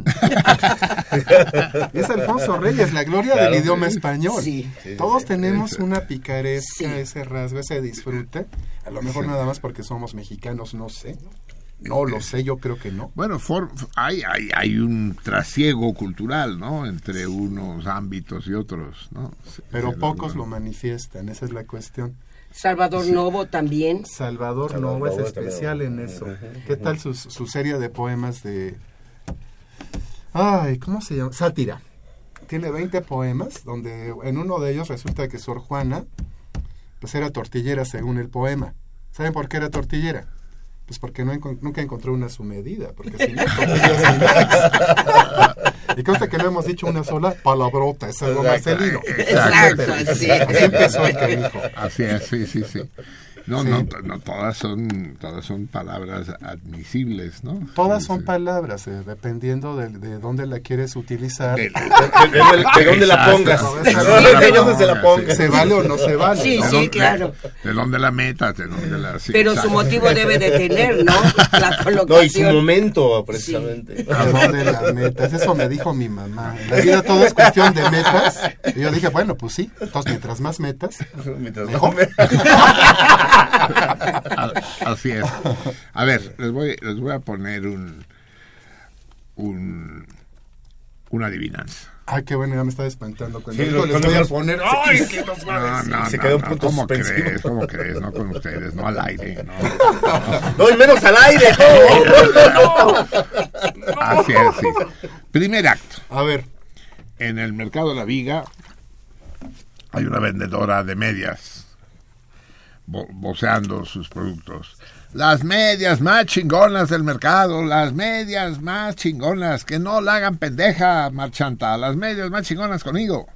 Es Alfonso Reyes, la gloria Claro, del idioma sí. español. Sí. Todos tenemos una picaresca, Sí. ese rasgo, ese disfrute. A lo mejor nada más porque somos mexicanos, no sé. No lo sé, yo creo que no. Bueno, for, hay, hay, hay un trasiego cultural, ¿no? Entre unos ámbitos y otros, ¿no? Se- Pero se- pocos lo manifiestan, esa es la cuestión. Salvador Novo también. Salvador Salvador Novo es Novo especial también. en eso. Ujú. ¿Qué tal su, su serie de poemas de... Ay, ¿cómo se llama? Sátira. Tiene veinte poemas, donde en uno de ellos resulta que Sor Juana, pues era tortillera según el poema. ¿Saben por qué era tortillera? Pues porque no encon- nunca encontró una a su medida, porque si no, tortillas sin nada. Y consta que no hemos dicho una sola palabrota, es algo Marcelino. Exacto, sí. Así empezó el canijo. Así es, sí, sí, sí. No, Sí. no, no, todas son, todas son palabras admisibles, ¿no? Todas Sí, son sí. palabras, eh, dependiendo de, de dónde la quieres utilizar. Del- De, de- de- de dónde la pongas. Exacto. De dónde se la pongas. ¿Se vale o no se vale? Sí, ¿no? ¿De sí, dónde- claro. De dónde la metas, de dónde la... sí, Pero su exacto. motivo debe de tener, ¿no? La colocación. No, y su momento, precisamente. ¿A dónde la metas? Eso me dijo mi mamá. En la vida todo es cuestión de metas. Y yo dije, bueno, pues sí. Entonces, mientras más metas, Mientras mejor. A- Así es. A ver, les voy, les voy a poner un, un una adivinanza. Ay, qué bueno, ya me estaba espantando. Cuando Sí, dijo, lo- les cuando voy a nos- poner... Sí, ¡Ay, sí. qué nos No, va a decir! no, Se no, quedó un no, punto ¿cómo suspensivo. crees? ¿Cómo crees? No con ustedes, no al aire, no. No, y menos al aire. Así es, sí. Primer acto. A ver, En el mercado de la Viga hay una vendedora de medias. vo- voceando sus productos. Las medias más chingonas del mercado, las medias más chingonas, que no la hagan pendeja, marchanta, las medias más chingonas conmigo.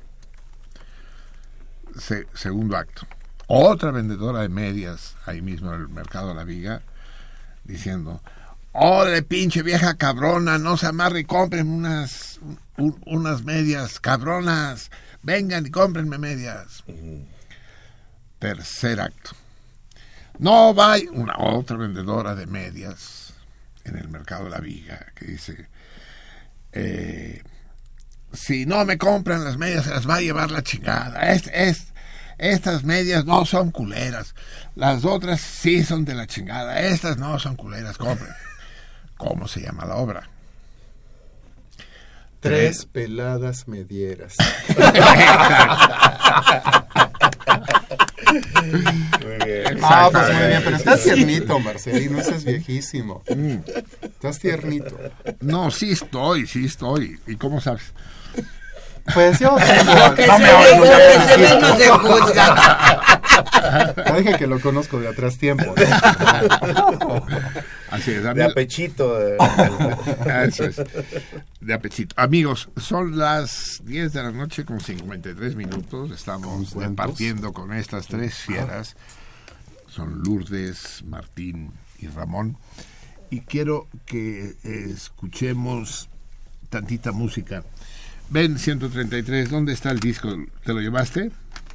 Se- segundo acto. Otra vendedora de medias, ahí mismo en el mercado La Viga, diciendo, ¡ole, pinche vieja cabrona! No se amarre y compren unas, un, unas medias cabronas. Vengan y cómprenme medias. Uh-huh. Tercer acto. No vaya, una otra vendedora de medias en el mercado La Viga, que dice, eh, si no me compran las medias, se las va a llevar la chingada. Es, es, estas medias no son culeras. Las otras sí son de la chingada. Estas no son culeras, compren. ¿Cómo se llama la obra? Tres, Tres peladas medieras. Muy bien. Ah, pues muy bien, pero estás tiernito, Marcelino, ese es viejísimo. Mm. Estás tiernito. No, sí estoy, sí estoy. ¿Y cómo sabes? Pues yo tengo... Lo que no se ve, lo que se ve no se juzga. No dije que lo conozco de atrás tiempo, ¿no? Así es, de apechito. De... Eso es, de apechito. Amigos, son las diez de la noche con cincuenta y tres minutos. Estamos compartiendo con estas tres fieras. Son Lourdes, Martín y Ramón. Y quiero que escuchemos tantita música. Ven, ciento treinta y tres, ¿dónde está el disco? ¿Te lo llevaste?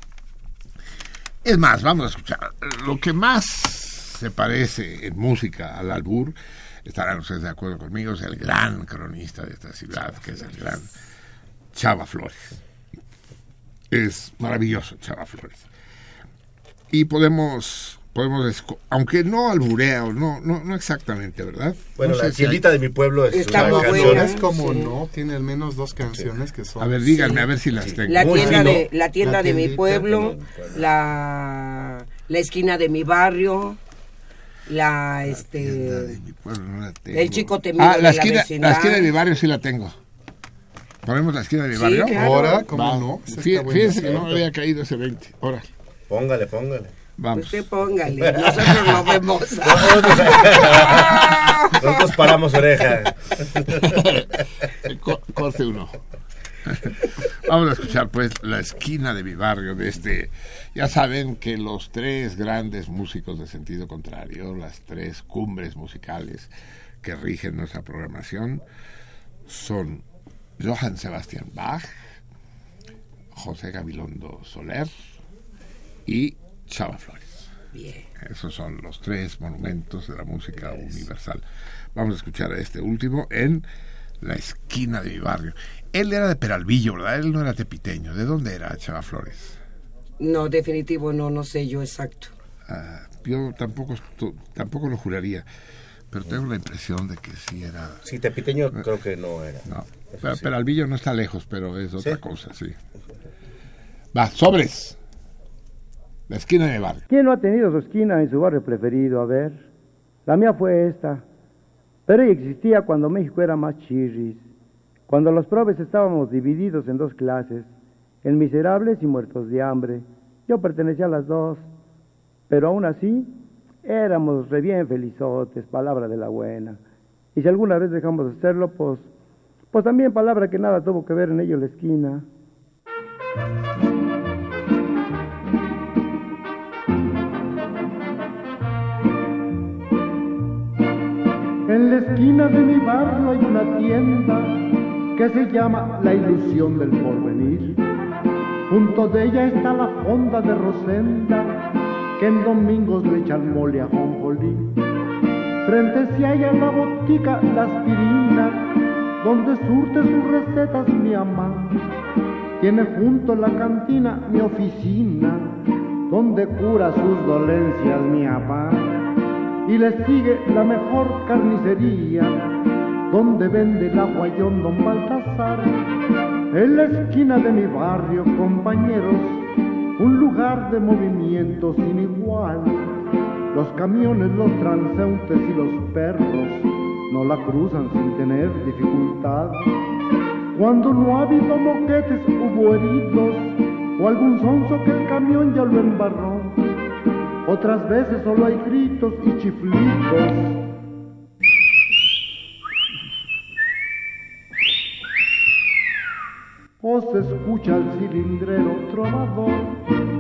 Es más, vamos a escuchar. Lo que más se parece en música al albur, estarán ustedes de acuerdo conmigo, es el gran cronista de esta ciudad, que es el gran Chava Flores. Es maravilloso Chava Flores. Y podemos... podemos aunque no alburea, no no no exactamente, ¿verdad? Bueno, no la tiendita si hay... de mi pueblo es está una canción. Es como sí. No, tiene al menos dos canciones sí. Que son... A ver, díganme, sí. A ver si las sí. Tengo. La tienda, de, la tienda la de mi pueblo, la, la esquina de mi barrio, la, la este... de mi pueblo, no la tengo. El chico temido ah, la de esquina, la vecindad. La esquina de mi barrio sí la tengo. ¿Ponemos la esquina de mi sí, barrio? Claro. Ahora, ¿cómo Va. No? Fíjense, fíjense que no me había caído ese veinte. Ahora. Póngale, póngale. Vamos. Usted póngale, nosotros no vemos. Nosotros paramos oreja. Corte uno. Vamos a escuchar pues La esquina de mi barrio de este. Ya saben que los tres grandes músicos de sentido contrario, las tres cumbres musicales que rigen nuestra programación, son Johann Sebastian Bach, José Gabilondo Soler y Chava Flores. Bien. Esos son los tres monumentos de la música universal. Vamos a escuchar a este último en La esquina de mi barrio. Él era de Peralvillo, ¿verdad? Él no era tepiteño. ¿De dónde era Chava Flores? No, definitivo no, no sé yo exacto. Ah, yo tampoco, tampoco lo juraría, pero tengo la impresión de que sí era... Sí, tepiteño creo que no era. No, pero, sí. Peralvillo no está lejos, pero es otra ¿sí? cosa, sí. Va, sobres. La esquina de mi barrio. ¿Quién no ha tenido su esquina en su barrio preferido? A ver, la mía fue esta. Pero ella existía cuando México era más chirris, cuando los probes estábamos divididos en dos clases, en miserables y muertos de hambre. Yo pertenecía a las dos, pero aún así éramos re bien felizotes, palabra de la buena. Y si alguna vez dejamos de hacerlo, pues, pues también palabra que nada tuvo que ver en ello la esquina. En la esquina de mi barrio hay una tienda que se llama La Ilusión del Porvenir. Junto de ella está la fonda de Rosenda, que en domingos le echan mole a jonjolí. Frente se halla la botica La Aspirina, donde surte sus recetas mi mamá. Tiene junto a la cantina mi oficina, donde cura sus dolencias mi papá. Y le sigue la mejor carnicería, donde vende el aguayón don Baltasar. En la esquina de mi barrio, compañeros, un lugar de movimiento sin igual. Los camiones, los transeúntes y los perros no la cruzan sin tener dificultad. Cuando no ha habido moquetes, hubo heridos, o algún sonso que el camión ya lo embarró. otras veces solo hay gritos y chiflidos. O se escucha el cilindrero trovador.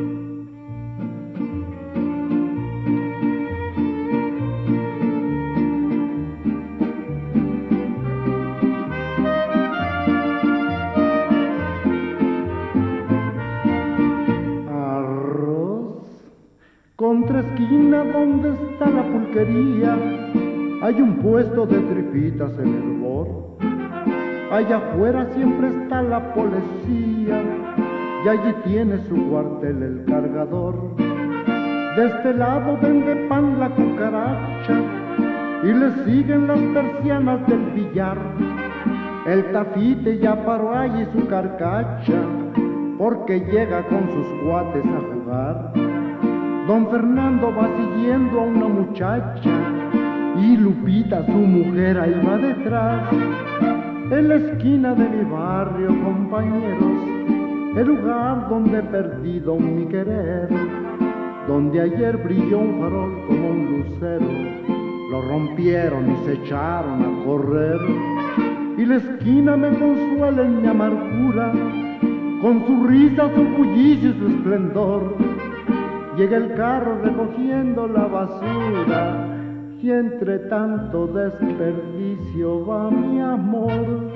Contra esquina donde está la pulquería hay un puesto de tripitas en hervor. Allá afuera siempre está la policía y allí tiene su cuartel el cargador. De este lado vende pan la cucaracha y le siguen las persianas del billar. El tafite ya paró allí su carcacha porque llega con sus cuates a jugar. Don Fernando va siguiendo a una muchacha y Lupita, su mujer, ahí va detrás. En la esquina de mi barrio, compañeros, el lugar donde he perdido mi querer, donde ayer brilló un farol como un lucero, lo rompieron y se echaron a correr. Y la esquina me consuela en mi amargura, con su risa, su bullicio y su esplendor. Llega el carro recogiendo la basura y entre tanto desperdicio va mi amor.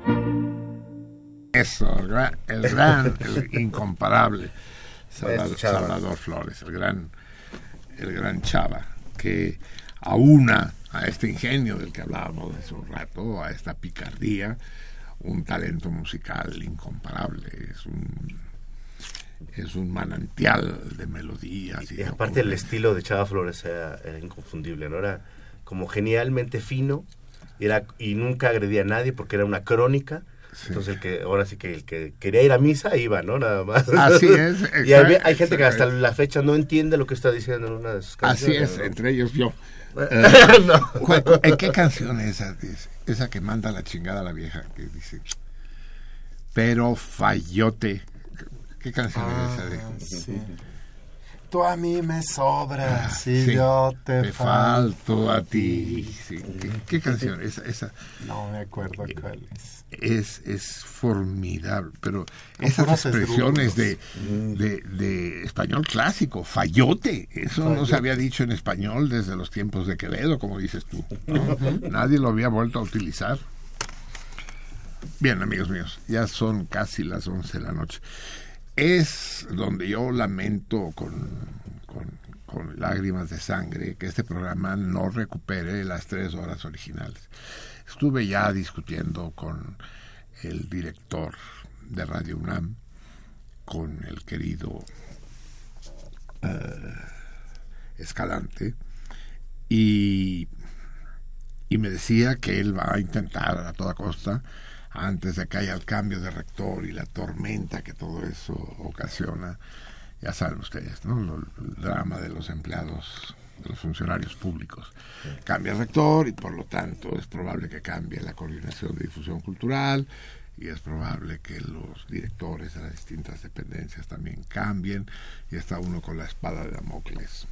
Eso, el gran, el, gran, el incomparable Salvador, Salvador Flores, el gran, el gran Chava, que aúna a este ingenio del que hablábamos hace un rato, a esta picardía, un talento musical incomparable. Es un es un manantial de melodías. Y, y aparte el estilo de Chava Flores era, era inconfundible, ¿no? Era como genialmente fino, era, y nunca agredía a nadie porque era una crónica. Sí. Entonces el que ahora sí que el que quería ir a misa iba, ¿no? Nada más. Así es. Y hay, hay gente que hasta la fecha no entiende lo que está diciendo en una de sus canciones. Así es, ¿no? entre ellos yo. Eh, no. ¿cuál, ¿En qué canción es esa? Esa que manda la chingada a la vieja, que dice, pero fallote. ¿Qué canción ah, es esa? De... Sí. Tú a mí me sobras, ah, si sí. yo te, te falto, falto a ti. Sí. ¿Qué, ¿Qué canción? Esa, esa no me acuerdo cuál es. Es, es formidable, pero Con esas expresiones de, de, de español clásico, fallote, eso fallote. No se había dicho en español desde los tiempos de Quevedo, como dices tú, ¿no? Uh-huh. Nadie lo había vuelto a utilizar. Bien, amigos míos, ya son casi las once de la noche. Es donde yo lamento con, con, con lágrimas de sangre que este programa no recupere las tres horas originales. Estuve ya discutiendo con el director de Radio UNAM, con el querido uh, Escalante, y, y me decía que él va a intentar a toda costa, antes de que haya el cambio de rector y la tormenta que todo eso ocasiona, ya saben ustedes, ¿no? El drama de los empleados, de los funcionarios públicos. Cambia el rector y por lo tanto es probable que cambie la coordinación de difusión cultural y es probable que los directores de las distintas dependencias también cambien y está uno con la espada de Damocles.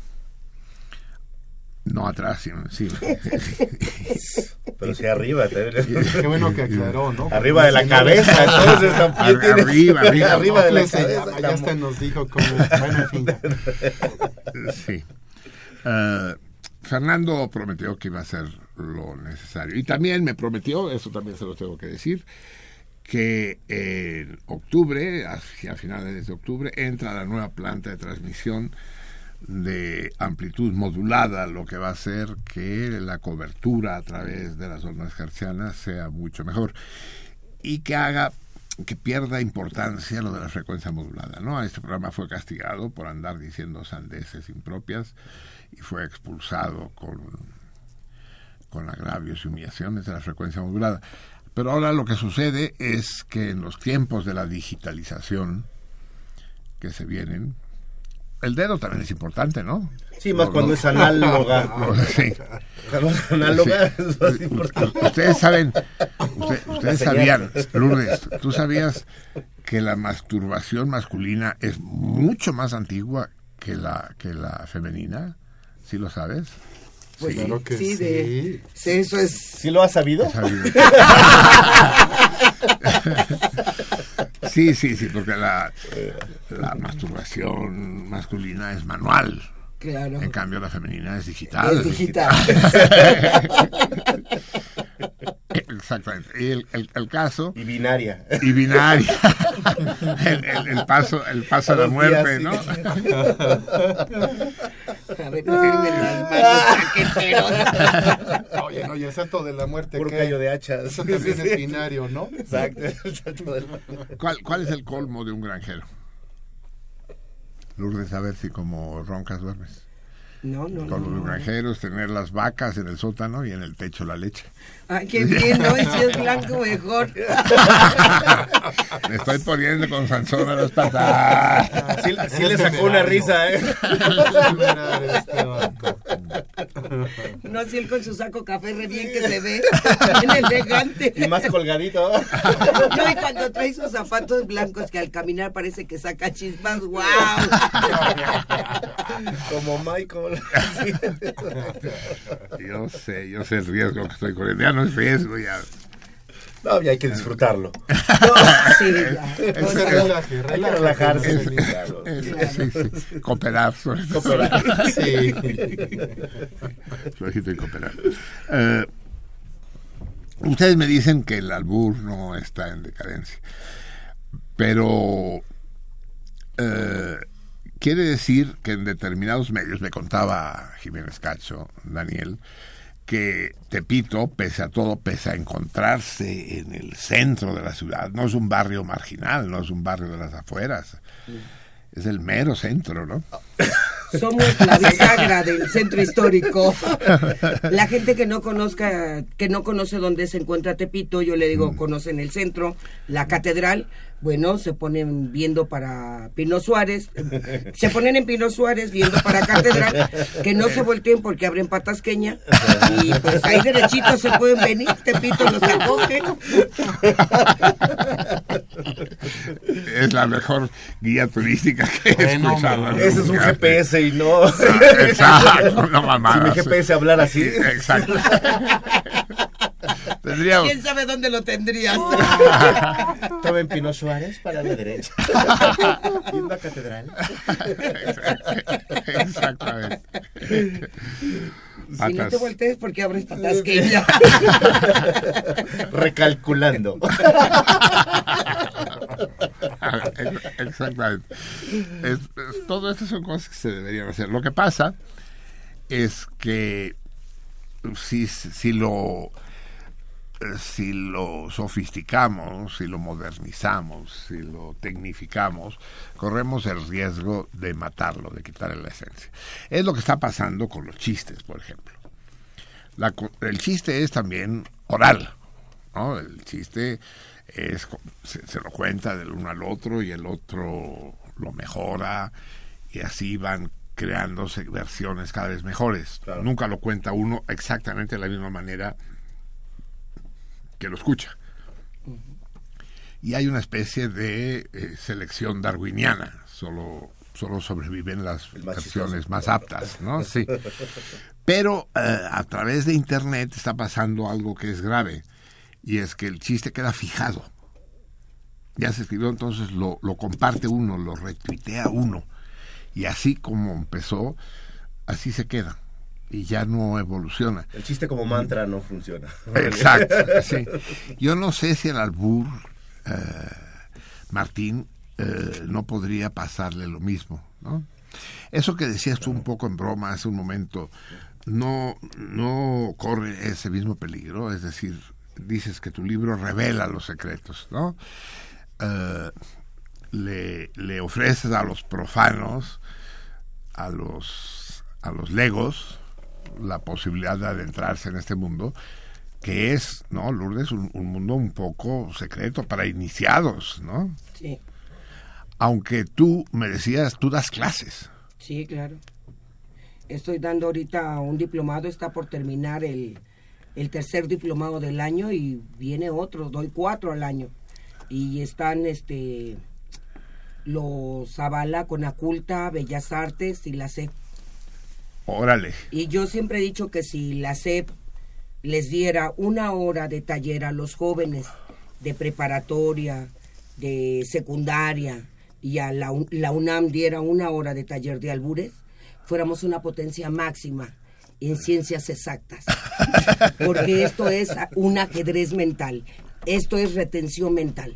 No atrás, sino encima. Pero sí arriba. Qué bueno que aclaró, ¿no? Arriba de la cabeza. Entonces también Ar- arriba, arriba. Arriba de la Damocles, cabeza. Ya hasta nos dijo cómo. Bueno, en fin. Sí. Uh, Fernando prometió que iba a hacer lo necesario. Y también me prometió, eso también se lo tengo que decir, que en octubre, hacia finales de octubre, entra la nueva planta de transmisión de amplitud modulada, lo que va a hacer que la cobertura a través de las ondas hertzianas sea mucho mejor y que haga que pierda importancia lo de la frecuencia modulada, ¿no? Este programa fue castigado por andar diciendo sandeces impropias y fue expulsado con, con agravios y humillaciones de la frecuencia modulada. Pero ahora lo que sucede es que en los tiempos de la digitalización que se vienen, el dedo también es importante, ¿no? Sí, más no, cuando no, es análoga. No, sí. Cuando es análoga sí. Es más importante. Ustedes saben, usted, ustedes sabían, Lourdes, tú sabías que la masturbación masculina es mucho más antigua que la, que la femenina. ¿Sí lo sabes? Pues sí, claro que sí, sí. De, sí, eso es. ¿Sí lo has sabido? He sabido. Sí, sí, sí, porque la, la masturbación masculina es manual. Claro. En cambio, la femenina es digital. Es digital. Exactamente. Y el, el, el caso... Y binaria. Y binaria. el, el, el paso, el paso a la muerte, ¿no? A ver, déjenme las manos, chaqueteros. Oye, no, y el salto de la muerte, Puro ¿qué? callo de hachas. Eso también es binario, ¿no? Exacto. El salto de la... ¿Cuál, ¿Cuál es el colmo de un granjero? Lourdes, a ver si como roncas duermes. No, no, El no. colmo de un no. granjero es tener las vacas en el sótano y en el techo la leche. Ay, qué bien, ¿no? Y si es blanco, mejor. Me estoy poniendo con Sansón a las patadas. Sí, sí le sacó una risa, ¿eh? No, si él con su saco café re bien que se ve, bien elegante. Y más colgadito. No, y cuando trae sus zapatos blancos que al caminar parece que saca chispas, ¡wow! Como Michael. Yo sé, yo sé el riesgo que estoy corriendo. Ya no es riesgo, ya. No, ya hay que disfrutarlo. Sí, ya. Es- O sea, es- Relaje, Hay que relaje. relajarse. Es- claro. es- sí, sí. Cooperar, sobre todo. Cooperar. Sí. Flojito y cooperar. Eh, ustedes me dicen que el albur no está en decadencia, pero eh, quiere decir que en determinados medios, me contaba Jiménez Cacho, Daniel, que Tepito, pese a todo, pese a encontrarse en el centro de la ciudad, no es un barrio marginal, no es un barrio de las afueras, es el mero centro, ¿no? somos la bisagra del centro histórico. La gente que no conozca, que no conoce dónde se encuentra Tepito, yo le digo, conocen el centro, la catedral. Bueno, se ponen viendo para Pino Suárez, se ponen en Pino Suárez viendo para Catedral, que no se volteen porque abren Patasqueña, y pues ahí derechitos se pueden venir, Tepito los acoge. Es la mejor guía turística que he Bueno, escuchado. Ese es un nunca. G P S y no... Ah, exacto, no Si mamadas. mi G P S hablara así... Exacto. Tendríamos... ¿Quién sabe dónde lo tendrías? Estaba en Pino Suárez para la derecha. Yendo a Catedral. Exactamente. Si no te voltees porque abres Patasqueña. Recalculando. Exactamente. Es, es, todo esto son cosas que se deberían hacer. Lo que pasa es que si, si lo si lo sofisticamos, si lo modernizamos, si lo tecnificamos, corremos el riesgo de matarlo, de quitarle la esencia. Es lo que está pasando con los chistes, por ejemplo. La, el chiste es también oral, ¿no? El chiste es se, se lo cuenta del uno al otro y el otro lo mejora y así van creándose versiones cada vez mejores. Claro. Nunca lo cuenta uno exactamente de la misma manera que lo escucha. Uh-huh. Y hay una especie de eh, selección darwiniana, solo solo sobreviven las más versiones chistoso. Más aptas, ¿no? Sí. Pero eh, a través de internet está pasando algo que es grave, y es que el chiste queda fijado. Ya se escribió, entonces lo, lo comparte uno, lo retuitea uno, y así como empezó, así se queda. Y ya no evoluciona. El chiste como mantra no funciona. Exacto, sí. Yo no sé si el albur, eh, Martín, eh, no podría pasarle lo mismo, ¿no? Eso que decías tú un poco en broma hace un momento, no, no corre ese mismo peligro, es decir, dices que tu libro revela los secretos, ¿no? Eh, le, le ofreces a los profanos, a los, a los legos, la posibilidad de adentrarse en este mundo, que es, ¿no, Lourdes? Un, un mundo un poco secreto para iniciados, ¿no? Sí. Aunque tú me decías, tú das clases. Sí, claro. Estoy dando ahorita un diplomado, está por terminar el, el tercer diplomado del año y viene otro, doy cuatro al año. Y están, este... los avala Conaculta, Bellas Artes y la S E P. Órale. Y yo siempre he dicho que si la S E P les diera una hora de taller a los jóvenes de preparatoria, de secundaria, y a la, la UNAM diera una hora de taller de albures, fuéramos una potencia máxima en ciencias exactas. Porque esto es un ajedrez mental, esto es retención mental.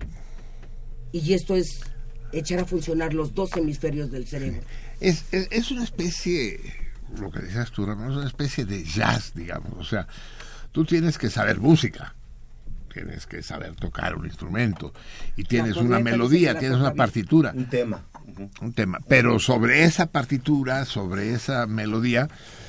Y esto es echar a funcionar los dos hemisferios del cerebro. Es, es, es una especie, lo que decías tú, Ramón, es una especie de jazz, digamos. O sea, tú tienes que saber música, tienes que saber tocar un instrumento, y tienes una melodía, tienes una partitura. Un tema. Uh-huh. Un tema. Pero sobre esa partitura, sobre esa melodía,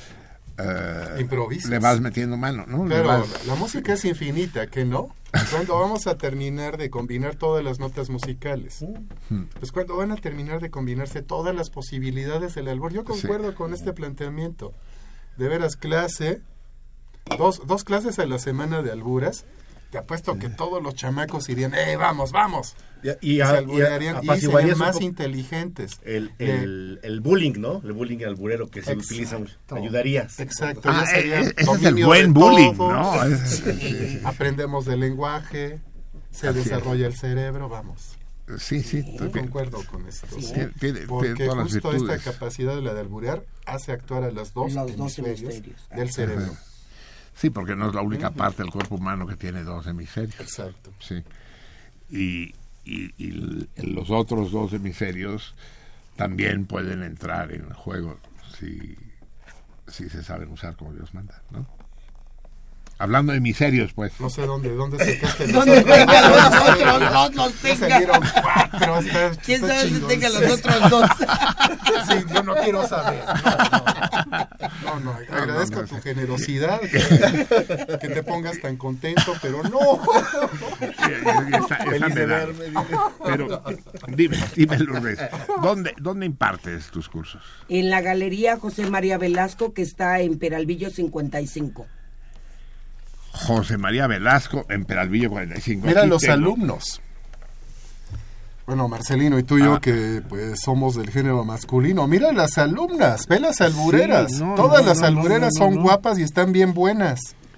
Uh, improvisas. Le vas metiendo mano, ¿no? Pero vas... la, la música es infinita, ¿qué no? Cuando vamos a terminar de combinar todas las notas musicales, pues cuando van a terminar de combinarse todas las posibilidades del albur. Yo concuerdo sí. con este planteamiento. De veras, clase, dos, dos clases a la semana de alburas. Te apuesto que todos los chamacos irían, ¡eh, vamos, vamos! Y, y, se alburarían y, y serían más poco, inteligentes. El, el, el bullying, ¿no? El bullying alburero que se Exacto. utiliza mucho. Ayudaría. Exacto. Ah, ese es el buen bullying, ¿no? Sí. Aprendemos del lenguaje, se Así desarrolla es. el cerebro, vamos. Sí, sí. Yo concuerdo con esto. Sí. ¿sí? Tiene, Porque tiene justo esta capacidad de la de alburear hace actuar a las dos, los dos hemisferios, hemisferios del cerebro. Ajá. Sí, porque no es la única parte del cuerpo humano que tiene dos hemisferios. Exacto. Sí. Y, y, y los otros dos hemisferios también pueden entrar en el juego si, si se saben usar como Dios manda, ¿no? Hablando de hemisferios, pues. No sé dónde, dónde se quedan ¿Dónde tengan los otros dos? Los tengan. Cuatro, está, ¿Quién está sabe dónde tengan los sí. otros dos? Sí, yo no quiero saber. No, no, no, no agradezco no, no, no, tu generosidad, que, que te pongas tan contento, pero no. Está, está de verme, pero dime, dime, Lourdes, ¿dónde, ¿dónde impartes tus cursos? En la Galería José María Velasco, que está en Peralvillo cincuenta y cinco. José María Velasco en Peralvillo cuarenta y cinco. Mira Aquí los tengo. alumnos. Bueno, Marcelino y tú y ah. yo que pues somos del género masculino, mira las alumnas, ve las albureras. Sí, no, Todas no, las no, albureras no, no, son no. guapas y están bien buenas.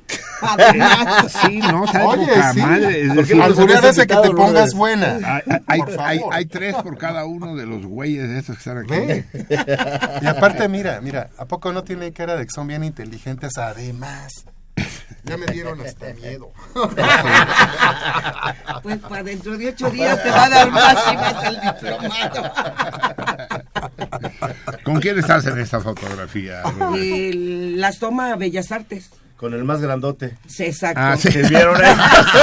Sí, no, sabe Oye, poca sí. madre. Es Porque decir, alburear hace que te pongas Lourdes? buena. hay, hay, Por hay, favor. hay tres por cada uno de los güeyes estos que están aquí. Ve. Y aparte, mira, mira, ¿a poco no tiene cara de que son bien inteligentes? Además, ya me dieron hasta miedo. Pues para dentro de ocho días te va a dar más y más el diplomado. ¿Con quién estás en esta fotografía? El, las toma Bellas Artes. Con el más grandote. Sí, exacto. Ah, sí. ¿Se vieron ahí?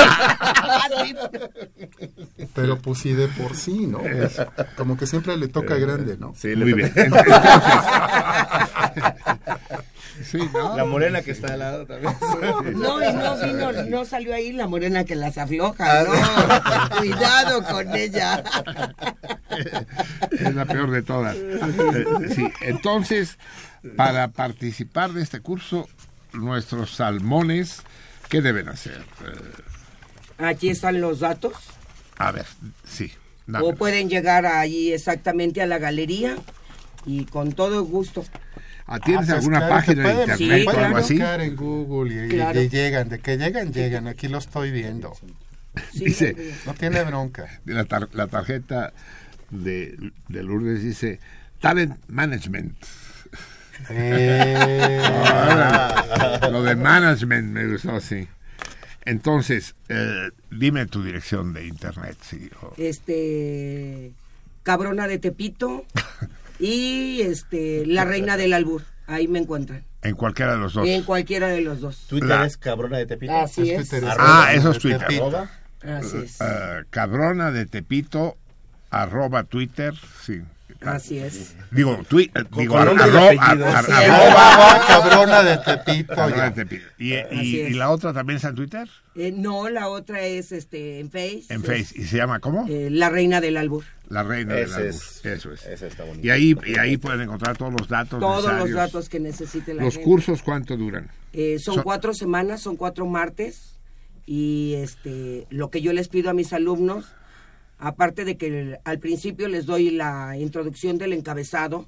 Pero pues sí de por sí, ¿no? Como que siempre le toca grande, ¿no? Sí, Muy le bien. toca. Entonces, sí, ¿no? La morena que está al lado también. No, y no vino, no salió ahí la morena que las afloja, no. Cuidado con ella. Es la peor de todas. Eh, Sí, entonces, para participar de este curso, nuestros salmones, ¿qué deben hacer? Eh, Aquí están los datos. a ver, sí. O dámelos. pueden llegar ahí exactamente a la galería y con todo gusto. Ah, ¿Tienes Ah, pues alguna claro, página te de pueden- internet sí, o algo claro. así? buscar en Google y, Claro. y llegan, de que llegan, llegan, aquí lo estoy viendo. Sí, Dice, sí. No tiene bronca. la, tar- la tarjeta de, de Lourdes dice Talent Management. Eh, Ah, lo de management me gustó, sí. Entonces, eh, dime tu dirección de internet, sí. o- Este, Cabrona de Tepito y este, La Reina del Albur. Ahí me encuentran. En cualquiera de los dos. En cualquiera de los dos. Twitter La- es cabrona de Tepito. Así es. Twitter es- Ah, eso es Twitter. Tepito. Arroba. Así es. Eh, cabrona de Tepito, arroba Twitter, sí. Así es. Digo, twi- eh, Con- digo con nombre y arro- apellido. ar- ar- Sí. arroba Arroba cabrona de Tepito. cabrona ya. de Tepito. ¿Y, Así y, es. y la otra también está en Twitter? Eh, no, la otra es este en Face. En es, Face. ¿Y se llama cómo? eh, La Reina del Albur. La Reina del Ese Albur. es. Eso es. Ese está bonito. Y ahí, y ahí pueden encontrar todos los datos Todos los necesarios. datos que necesite la ¿Los gente. cursos cuánto duran? Eh, son Son- cuatro semanas, son cuatro martes y este lo que yo les pido a mis alumnos, Aparte de que al principio les doy la introducción del encabezado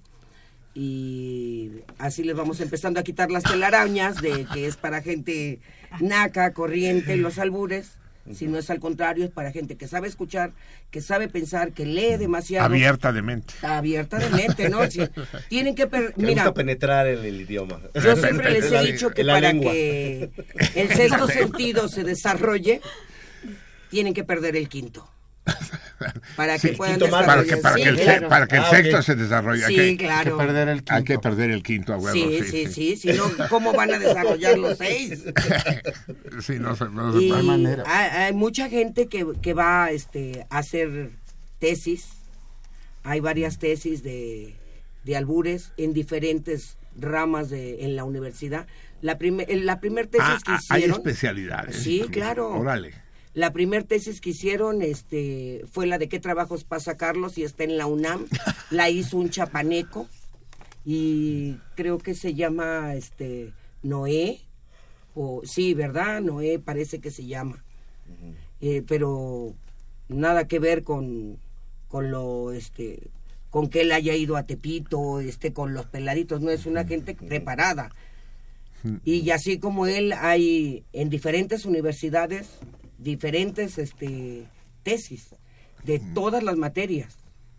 y así les vamos empezando a quitar las telarañas de que es para gente naca, corriente, los albures. Si no es al contrario, es para gente que sabe escuchar, que sabe pensar, que lee demasiado. Abierta de mente. Abierta de mente, ¿no? Sí. Tienen que... Per- Me Mira, gusta penetrar en el idioma. Yo siempre les he dicho que la para lengua. que el sexto sentido se desarrolle, tienen que perder el quinto. Para que Sí, puedan quinto más, Para que, desarrollar. para Sí, que el, se- claro. para que el Ah, sexto ok. se desarrolle. Sí, hay, que, claro. Hay que perder el hay quinto. que perder el quinto a huevo. Sí, sí, sí, si no, ¿cómo van a desarrollar los seis? Sí, no se, no se Y puede. manera. hay, hay mucha gente que, que va este, a hacer tesis. Hay varias tesis de, de albures en diferentes ramas de, en la universidad. La, primer, la primer tesis Ah, que ah, hay hicieron... especialidades. Sí, incluso. claro. Órale. La primer tesis que hicieron este, fue la de qué trabajos pasa Carlos y está en la UNAM. La hizo un chapaneco y creo que se llama este Noé. O, sí, ¿verdad? Noé parece que se llama. Eh, pero nada que ver con, con lo... este con que él haya ido a Tepito, este, con los peladitos. No, es una gente preparada. Y así como él, hay en diferentes universidades diferentes este, tesis de todas las materias.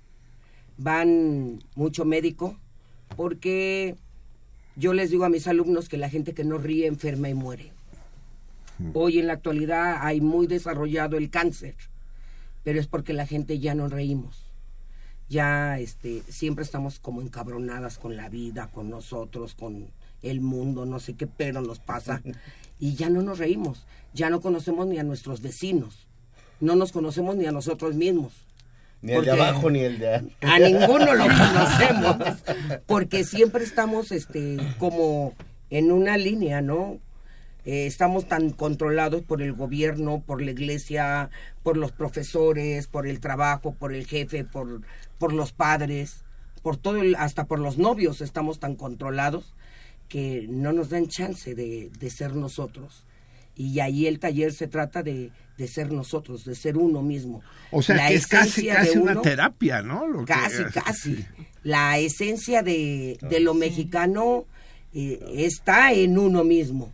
Van mucho médico, porque yo les digo a mis alumnos que la gente que no ríe enferma y muere. Hoy en la actualidad hay muy desarrollado el cáncer, pero es porque la gente ya no reímos. Ya este, siempre estamos como encabronadas con la vida, con nosotros, con el mundo, no sé qué pero nos pasa, y ya no nos reímos, ya no conocemos ni a nuestros vecinos, no nos conocemos ni a nosotros mismos. Ni el de Porque abajo ni el de... a ninguno lo conocemos, porque siempre estamos este, como en una línea, ¿no? Eh, estamos tan controlados por el gobierno, por la iglesia, por los profesores, por el trabajo, por el jefe, por, por los padres, por todo, el, hasta por los novios estamos tan controlados que no nos dan chance de, de ser nosotros. Y ahí el taller se trata de, de ser nosotros, de ser uno mismo. O sea, La que es casi, esencia casi de una uno- terapia, ¿no? Lo que- Casi, casi. La esencia de, de lo mexicano eh, está en uno mismo.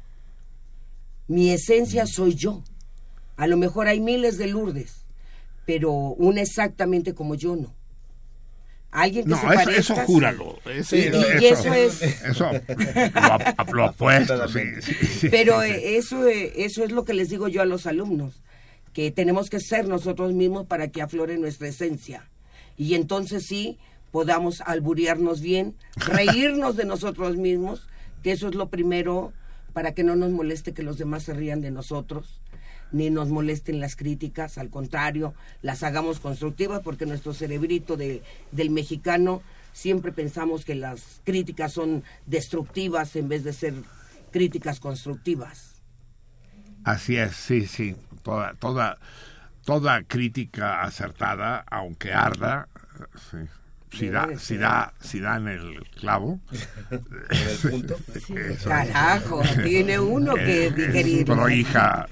Mi esencia soy yo. A lo mejor hay miles de Lourdes, pero una exactamente como yo no. Alguien que No, se eso, parezca... eso júralo. Eso, Y- y eso es- Eso lo, ap- lo apuesto, sí, sí, sí. Pero eh, eso, eh, eso es lo que les digo yo a los alumnos, que tenemos que ser nosotros mismos para que aflore nuestra esencia. Y entonces sí, podamos alburearnos bien, reírnos de nosotros mismos, que eso es lo primero, para que no nos moleste que los demás se rían de nosotros, ni nos molesten las críticas, al contrario, las hagamos constructivas, porque nuestro cerebrito de, del mexicano siempre pensamos que las críticas son destructivas en vez de ser críticas constructivas. Así es, sí, sí. Toda, toda, toda crítica acertada, aunque arda, sí. Si da, Debe si ser. da, si da en el clavo. En el punto. Eso. Carajo, tiene uno que Eh, digerir. prohija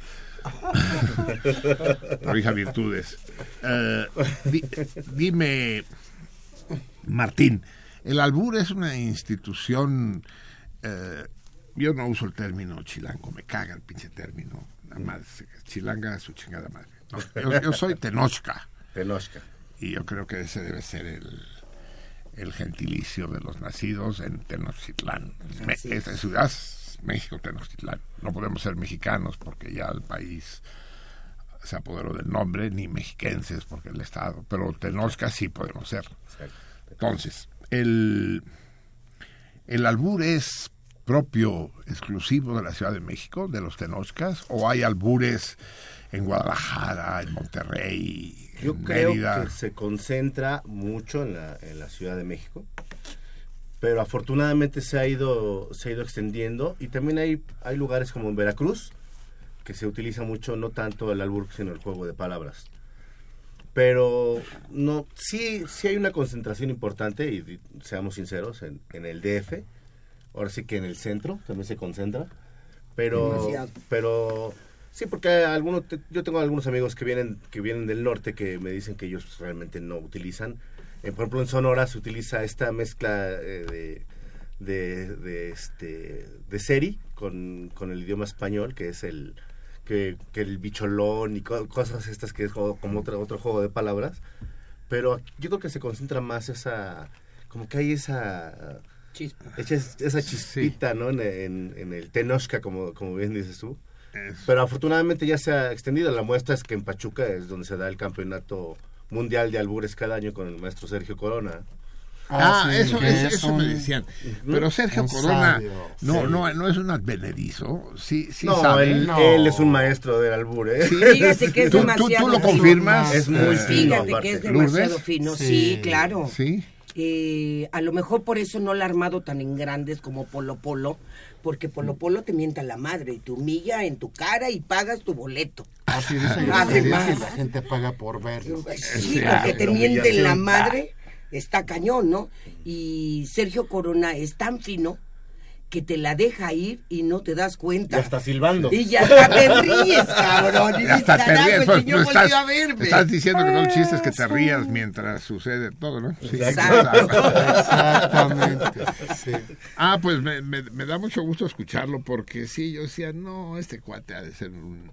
prohija virtudes. Eh, di- dime, Martín, el albur es una institución, eh, yo no uso el término chilango, me caga el pinche término, nada más, chilanga su chingada madre. No, yo, yo soy tenochca Tenochca. y yo creo que ese debe ser el, el gentilicio de los nacidos en Tenochtitlán. Me, Así es. esta ciudad es México, Tenochtitlán. No podemos ser mexicanos porque ya el país se apoderó del nombre, ni mexiquenses porque el Estado, pero Tenochca sí podemos ser. Exacto. Entonces, el, el albur es propio, exclusivo de la Ciudad de México, de los tenochcas, o hay albures en Guadalajara, en Monterrey, Yo en creo Mérida. que se concentra mucho en la, en la Ciudad de México, pero afortunadamente se ha ido se ha ido extendiendo, y también hay hay lugares como en Veracruz que se utiliza mucho, no tanto el albur sino el juego de palabras. Pero no sí sí hay una concentración importante, y di- seamos sinceros, en, en el D F. Ahora sí que en el centro también se concentra, pero Demasiado. pero Sí, porque algunos, yo tengo algunos amigos que vienen que vienen del norte que me dicen que ellos realmente no utilizan. Eh, por ejemplo, en Sonora se utiliza esta mezcla eh, de, de, de, este, de seri con, con el idioma español, que es el que, que el bicholón y co- cosas estas que es como, como otro, otro juego de palabras. Pero yo creo que se concentra más esa, como que hay esa... Chispa. Esa, esa chispita, Sí. ¿no? En, en, en el Tenochca, como, como bien dices tú. Pero afortunadamente ya se ha extendido. La muestra es que en Pachuca es donde se da el campeonato mundial de albures cada año con el maestro Sergio Corona. Ah, sí, eso, que es- es eso un- me decían. Pero Sergio un Corona sabio, no, sí. no, no es un advenedizo. Sí, sí no, sabe. él, No. él es un maestro del albur, ¿eh? Sí. Fíjate que es ¿Tú, tú, demasiado tú lo fino. confirmas? Es muy Eh, fino. Fíjate aparte. que es demasiado ¿Lourdes? fino, sí, Sí. claro. Sí. Eh, a lo mejor por eso no la ha armado tan en grandes como Polo Polo, porque Polo Polo te mienta la madre y te humilla en tu cara y pagas tu boleto. Así dice la Además. experiencia y la gente paga por verlo. Sí, Sí, porque te la mienten la humillación. madre, está cañón, ¿no? Y Sergio Corona es tan fino que te la deja ir y no te das cuenta. Ya está silbando. Y ya hasta te ríes, cabrón. Y Y hasta dices, te "Carajo, ríes, el pues, señor tú estás, volvió a verme". estás diciendo que son chistes que te rías mientras sucede todo, ¿no? Sí, Exacto. Exactamente. Sí. Ah, pues me, me, me da mucho gusto escucharlo porque sí, yo decía, no, este cuate ha de ser un,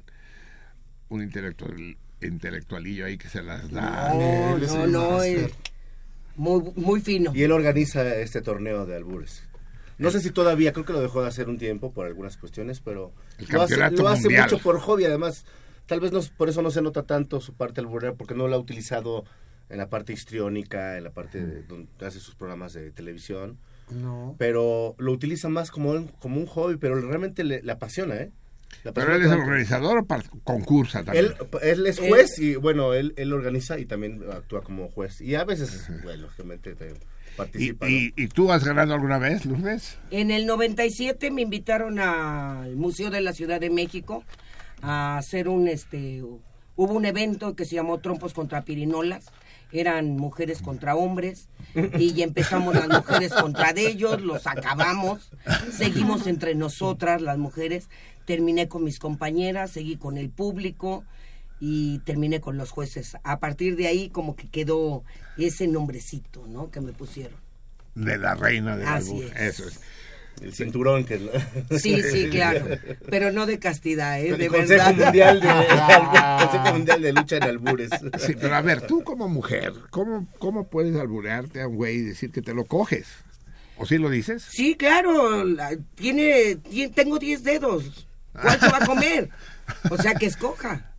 un intelectual, intelectualillo ahí que se las da. No, Él es no, el no, máster. es muy, muy fino. Y él organiza este torneo de albures. No sé si todavía, creo que lo dejó de hacer un tiempo por algunas cuestiones, pero El lo hace, campeonato lo hace mundial. mucho por hobby. Además, tal vez no, por eso no se nota tanto su parte alburera, porque no lo ha utilizado en la parte histriónica, en la parte de, donde hace sus programas de televisión. No. Pero lo utiliza más como un, como un hobby, pero realmente le, le apasiona, ¿eh? Le Pero apasiona él es el tanto. organizador o par- concursa también. Él, él es juez y, bueno, él, él organiza y también actúa como juez. Y a veces, bueno, lógicamente, te ¿Y, participa. y, ¿Y tú has ganado alguna vez, Lourdes? En el noventa y siete me invitaron al Museo de la Ciudad de México a hacer un, este, hubo un evento que se llamó Trompos contra Pirinolas. Eran mujeres contra hombres y empezamos las mujeres contra de ellos, los acabamos, seguimos entre nosotras las mujeres, terminé con mis compañeras, seguí con el público y terminé con los jueces. A partir de ahí como que quedó ese nombrecito, ¿no? Que me pusieron. De la reina del Así albur. es. Eso es. El cinturón que es Sí, sí, claro, pero no de castidad, ¿eh? el De Consejo verdad. Mundial de Consejo Mundial de Lucha en Albures. Sí, pero a ver, tú como mujer, ¿cómo, cómo puedes alburearte a un güey y decir que te lo coges? ¿O sí lo dices? Sí, claro, la- tiene, tie- tengo diez dedos. ¿Cuál se va a comer? O sea, que escoja.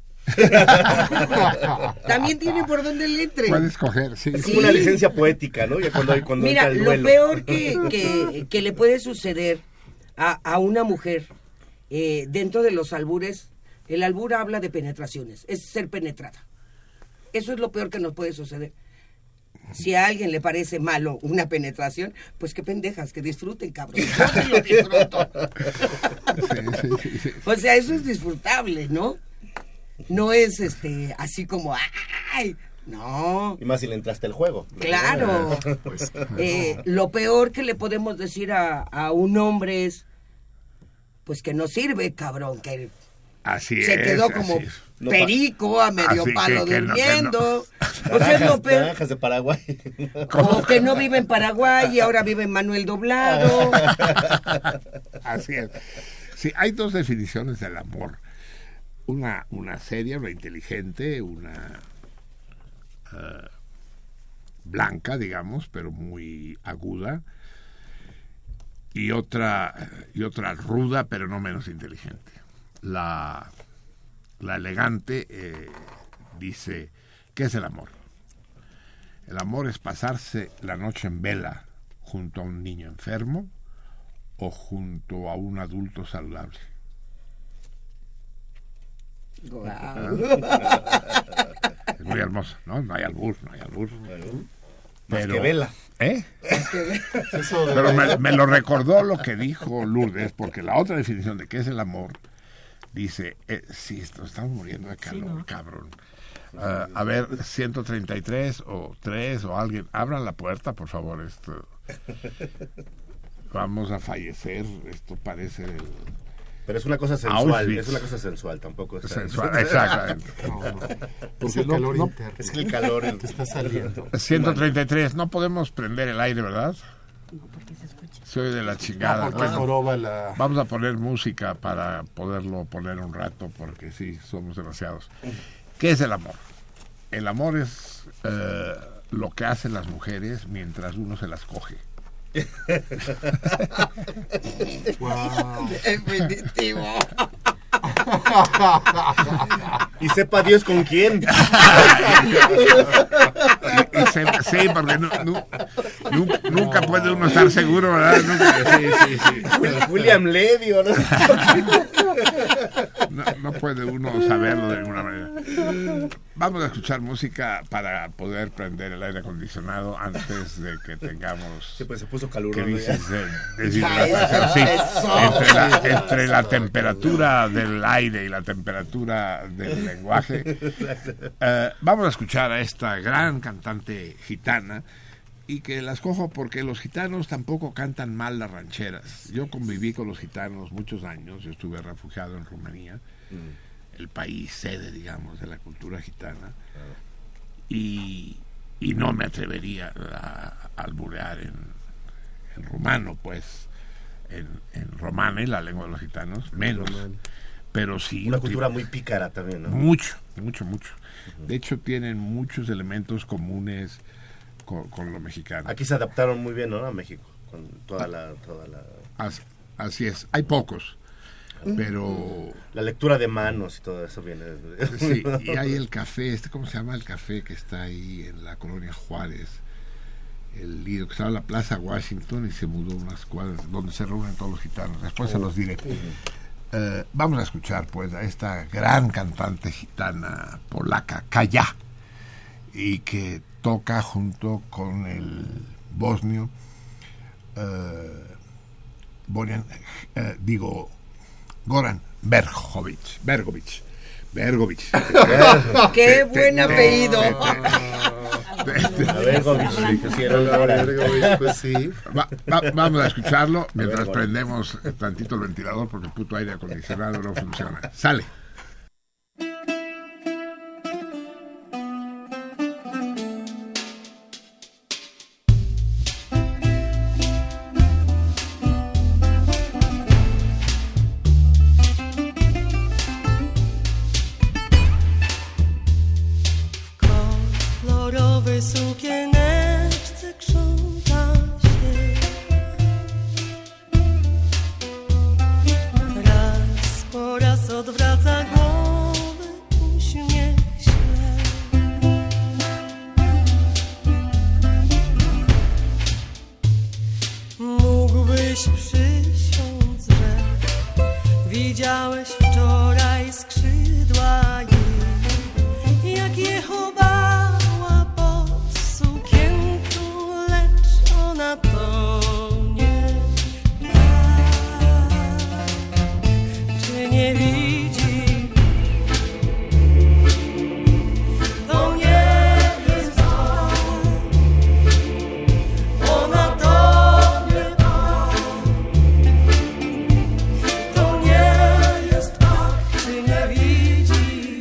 También tiene por dónde le entre. Puedes coger, sí. Es Sí. como una licencia poética, ¿no? Ya cuando, cuando Mira, entra el lo duelo. peor que, que, que le puede suceder a, a una mujer eh, dentro de los albures, el albur habla de penetraciones, es ser penetrada. Eso es lo peor que nos puede suceder. Si a alguien le parece malo una penetración, pues qué pendejas, que disfruten, cabrón. Yo sí lo disfruto. Sí, sí, sí, sí. O sea, eso es disfrutable, ¿no? No es este así como ¡ay! No. Y más si le entraste el juego. Claro. Pues, Eh, lo peor que le podemos decir a, a un hombre es pues que no sirve, cabrón, que Así se es. quedó como así es. No perico a medio Así que- palo que no, que durmiendo. O sea, es lo Naranjas, peor. naranjas de Paraguay. O que no vive en Paraguay y ahora vive en Manuel Doblado. Así es. Sí, hay dos definiciones del amor. Una, una seria, una inteligente, una eh, blanca, digamos, pero muy aguda. Y otra, y otra ruda, pero no menos inteligente. La, la elegante eh, dice, ¿qué es el amor? El amor es pasarse la noche en vela junto a un niño enfermo o junto a un adulto saludable. Es muy hermoso, ¿no? No hay albur, no hay albur. Más que vela. ¿Eh? eso de Pero me, me lo recordó lo que dijo Lourdes, porque la otra definición de qué es el amor dice, eh, sí, esto, estamos muriendo de calor, Sí, ¿no? cabrón. Ah, a ver, ciento treinta y tres o tres o alguien, abran la puerta, por favor. Esto vamos a fallecer. Esto parece el, Pero es una cosa sensual, Auschwitz. es una cosa sensual, tampoco es Sensual, exactamente. No, no. Porque Es el no- calor no- interno. Es el calor el que está saliendo. ciento treinta y tres, no podemos prender el aire, ¿verdad? Soy de la chingada. Porque Bueno, joroba la... vamos a poner música para poderlo poner un rato, porque sí, somos demasiados. ¿Qué es el amor? El amor es eh, lo que hacen las mujeres mientras uno se las coge. Wow. Definitivo. Y sepa Dios con quién. Y se- sí, porque no- no- nunca, nunca puede uno estar seguro, ¿verdad? Nunca- sí, sí, sí. William Levy, ¿o no? No, no puede uno saberlo de ninguna manera. Vamos a escuchar música para poder prender el aire acondicionado antes de que tengamos Sí, pues se puso caluroso. crisis de deshidratación. Sí, entre la, entre la temperatura del aire y la temperatura del lenguaje. Eh, vamos a escuchar a esta gran cantante gitana, y que las cojo porque los gitanos tampoco cantan mal las rancheras. Yo conviví con los gitanos muchos años, yo estuve refugiado en Rumanía, el país sede, digamos, de la cultura gitana, y, y no me atrevería a, a alburear en, en rumano, pues, en, en romane, la lengua de los gitanos, menos, pero sí. Una cultura muy pícara también, ¿no? Mucho, mucho, mucho. De hecho, tienen muchos elementos comunes con, con lo mexicano. Aquí se adaptaron muy bien, ¿no? A México, con toda la... Toda la... As- así es. Hay pocos, pero... La lectura de manos y todo eso viene... Sí, y hay el café, este, ¿cómo se llama el café que está ahí en la colonia Juárez? El lío que estaba en la Plaza Washington y se mudó unas cuadras, donde se reúnen todos los gitanos. Después se los diré. Eh, vamos a escuchar, pues, a esta gran cantante gitana polaca, Kaya, y que toca junto con el bosnio eh, Borian, eh, digo Goran Bergovic Bergovic Bergovic Qué buen apellido. A ver, Govic, que sí era una hora. Pues sí. Va- va- vamos a escucharlo mientras prendemos tantito el ventilador, porque el puto aire acondicionado no funciona. Sale. Kolorowej sukieneczce krząta się. Raz po raz odwraca głowę, uśmiech śle. Mógłbyś przysiąc, że widziałeś wczoraj skrzydła jej, jak je chowała pod sukienką, lecz ona to nie tak. Czy nie widzi? To nie jest tak. Ona to nie tak. To nie jest tak. Czy nie widzi?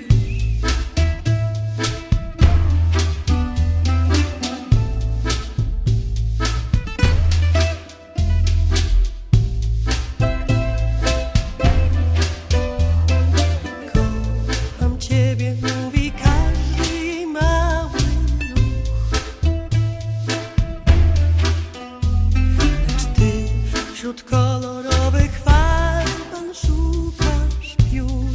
Kocham ciebie, mówi każdy jej mały ruch. Lecz ty wśród kolorowych farb szukasz piór.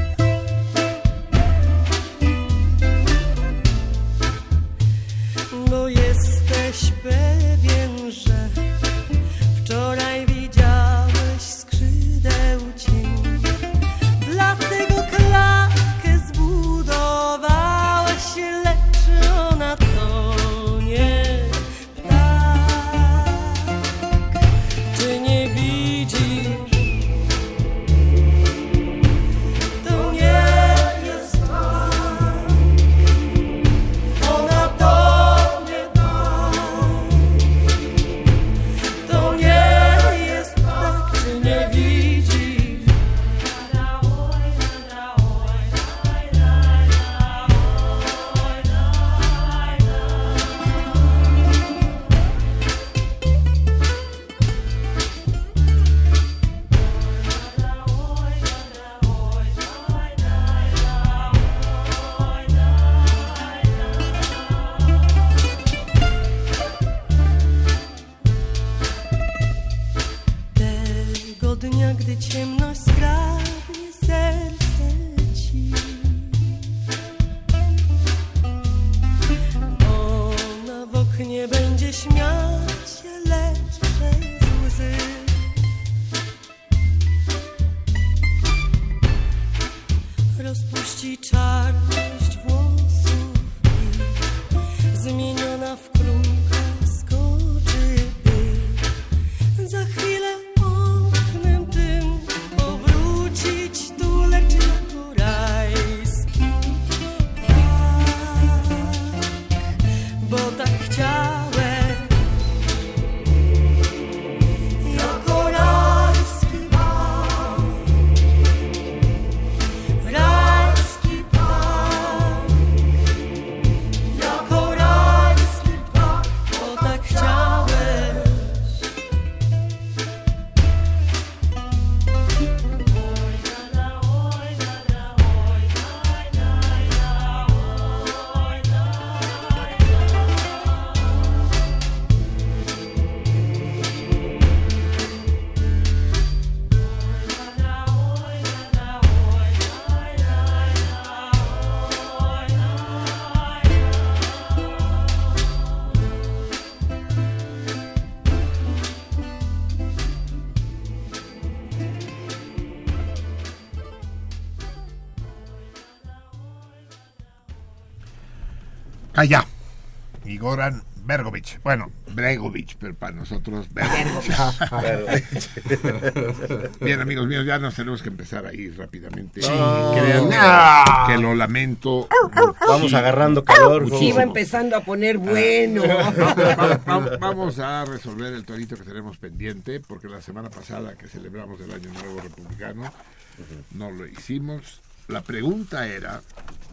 Bo jesteś pewien, że wczoraj widziałeś skrzydeł cień. Dlatego klatkę zbudowałeś, lecz ona to nie tak. Czy nie widzisz? dnia, gdy ciemność skradnie serce ci. Ona w oknie będzie śmiać się, lecz przez łzy. Rozpuści czarność włosów i zmieniona w kruka skoczy, by za chwilę oknem tym powrócić tu, lecz jako rajski park, bo tak chciałem. Jako rajski park, rajski park, jako rajski park, bo tak chciałeś. Allá. Y Goran Bregović. Bueno, Bregović, pero para nosotros Bregović. Bien, amigos míos, ya nos tenemos que empezar a ir rápidamente. Sí. Créanme que lo lamento. Vamos agarrando calor. Se iba empezando a poner bueno. Va- va- Vamos a resolver el torito que tenemos pendiente, porque la semana pasada que celebramos el Año Nuevo Republicano, no lo hicimos. La pregunta era: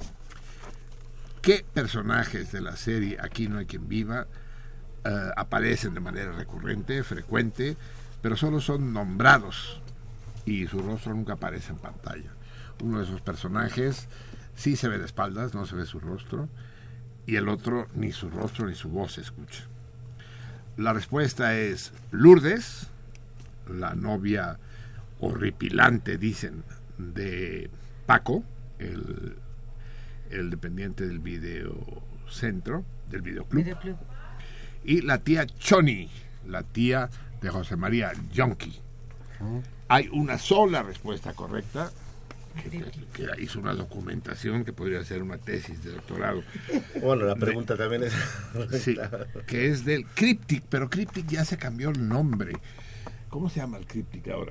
¿qué personajes de la serie Aquí no hay quien viva eh, aparecen de manera recurrente, frecuente, pero solo son nombrados y su rostro nunca aparece en pantalla? Uno de esos personajes sí se ve de espaldas, no se ve su rostro, y el otro ni su rostro ni su voz se escucha. La respuesta es Lourdes, la novia horripilante, dicen, de Paco, el el dependiente del videocentro, del videoclub, Videoclub. y la tía Choni, la tía de José María Yonki. Hay una sola respuesta correcta, que, que hizo una documentación que podría ser una tesis de doctorado. Bueno, la pregunta de, también es... sí, que es del Cryptic, pero Cryptic ya se cambió el nombre. ¿Cómo se llama el Cryptic ahora?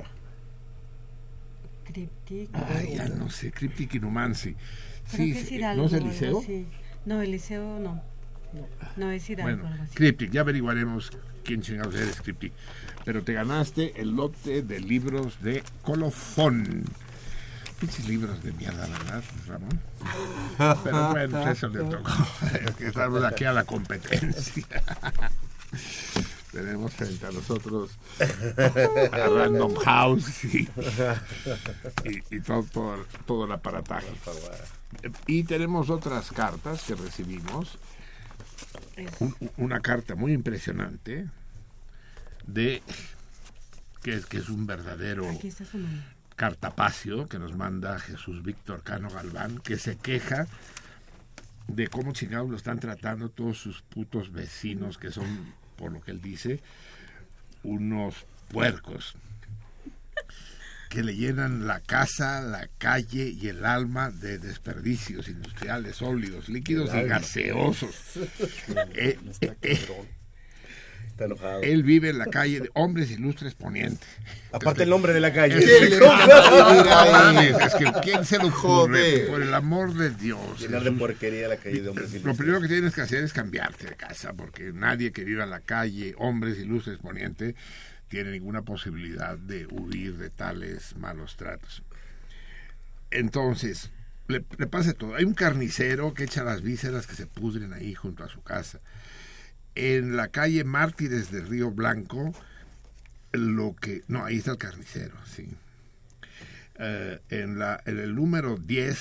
Cryptic. Ay, ya no sé, Cryptic Inumancy. Creo Sí, que es sí, Hidalgo, ¿no es el algo liceo? así. No, el liceo no. No, es Hidalgo. Bueno, algo así. Cryptic, ya averiguaremos quién chingados eres, Cryptic. Pero te ganaste el lote de libros de Colofón. Pinches libros de mierda, ¿verdad, Ramón? Pero bueno, pues eso le tocó. Es que estamos aquí a la competencia. Tenemos frente a nosotros a Random House y, y, y todo, todo, todo el aparataje. Y tenemos otras cartas que recibimos. Un, una carta muy impresionante de que es, que es un verdadero Aquí está su nombre. cartapacio que nos manda Jesús Víctor Cano Galván, que se queja de cómo chingados lo están tratando todos sus putos vecinos, que son, por lo que él dice, unos puercos que le llenan la casa, la calle y el alma de desperdicios industriales, sólidos, líquidos y gaseosos. eh, eh, eh, Está enojado. Él vive en la calle de Hombres Ilustres Poniente. Aparte el nombre de la calle. Es que, le es que ¿quién se lo ocurre? Joder. Por el amor de Dios. Llenar de Jesús. porquería la calle de Hombres Lo Ilustres. primero que tienes que hacer es cambiarte de casa, porque nadie que viva en la calle Hombres Ilustres Poniente tiene ninguna posibilidad de huir de tales malos tratos. Entonces, le, le pasa todo. Hay un carnicero que echa las vísceras que se pudren ahí junto a su casa. En la calle Mártires del Río Blanco, lo que... No, ahí está el carnicero, sí. Eh, en, la, en el número diez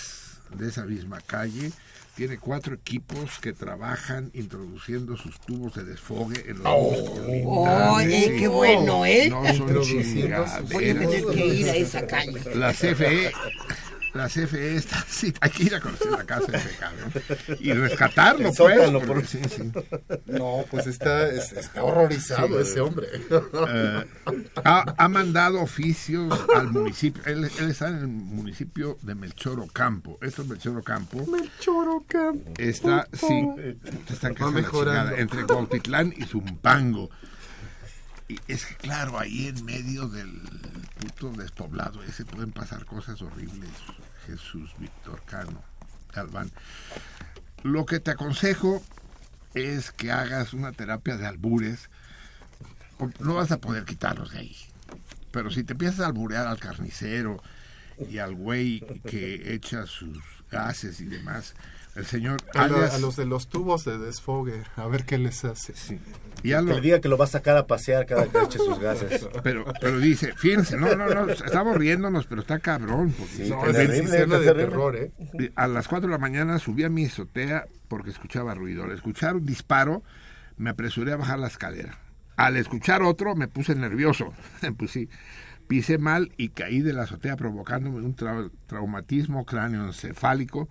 de esa misma calle, tiene cuatro equipos que trabajan introduciendo sus tubos de desfogue en los oh, colindantes. ¡Oh, eh, qué bueno, eh! No son chingaderas. Voy a tener que ir a esa calle. La C F E... La C F E está, sí, hay que ir a conocer la casa de ese cabrón y rescatarlo, pues. Porque, por... sí, sí. No, pues está, está horrorizado sí, ese hombre. Uh, ha, ha mandado oficios al municipio. Él, él está en el municipio de Melchor Ocampo. Esto es Melchor Ocampo. Melchor Ocampo. Está, sí, está en entre Cuautitlán y Zumpango. Y es que, claro, ahí en medio del puto despoblado ese pueden pasar cosas horribles. Jesús Víctor Cano Galván. Lo que te aconsejo es que hagas una terapia de albures. No vas a poder quitarlos de ahí. Pero si te empiezas a alburear al carnicero y al güey que echa sus gases y demás, el señor a, alias, a los de los tubos de desfogue, a ver qué les hace. Sí. Y a lo, que le diga que lo va a sacar a pasear cada que eche sus gases. Pero, pero dice, fíjense, no, no, no, estamos riéndonos, pero está cabrón. Porque sí, no, es terrible, de terror, ¿eh? A las cuatro de la mañana subí a mi azotea porque escuchaba ruido. Al escuchar un disparo, me apresuré a bajar la escalera. Al escuchar otro, me puse nervioso. Pues sí, pisé mal y caí de la azotea provocándome un tra- traumatismo cráneoencefálico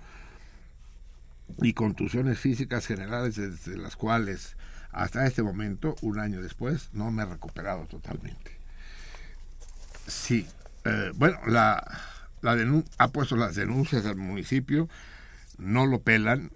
y contusiones físicas generales, desde las cuales hasta este momento, un año después, no me he recuperado totalmente. Sí, eh, bueno, la, la denun- ha puesto las denuncias al municipio, no lo pelan.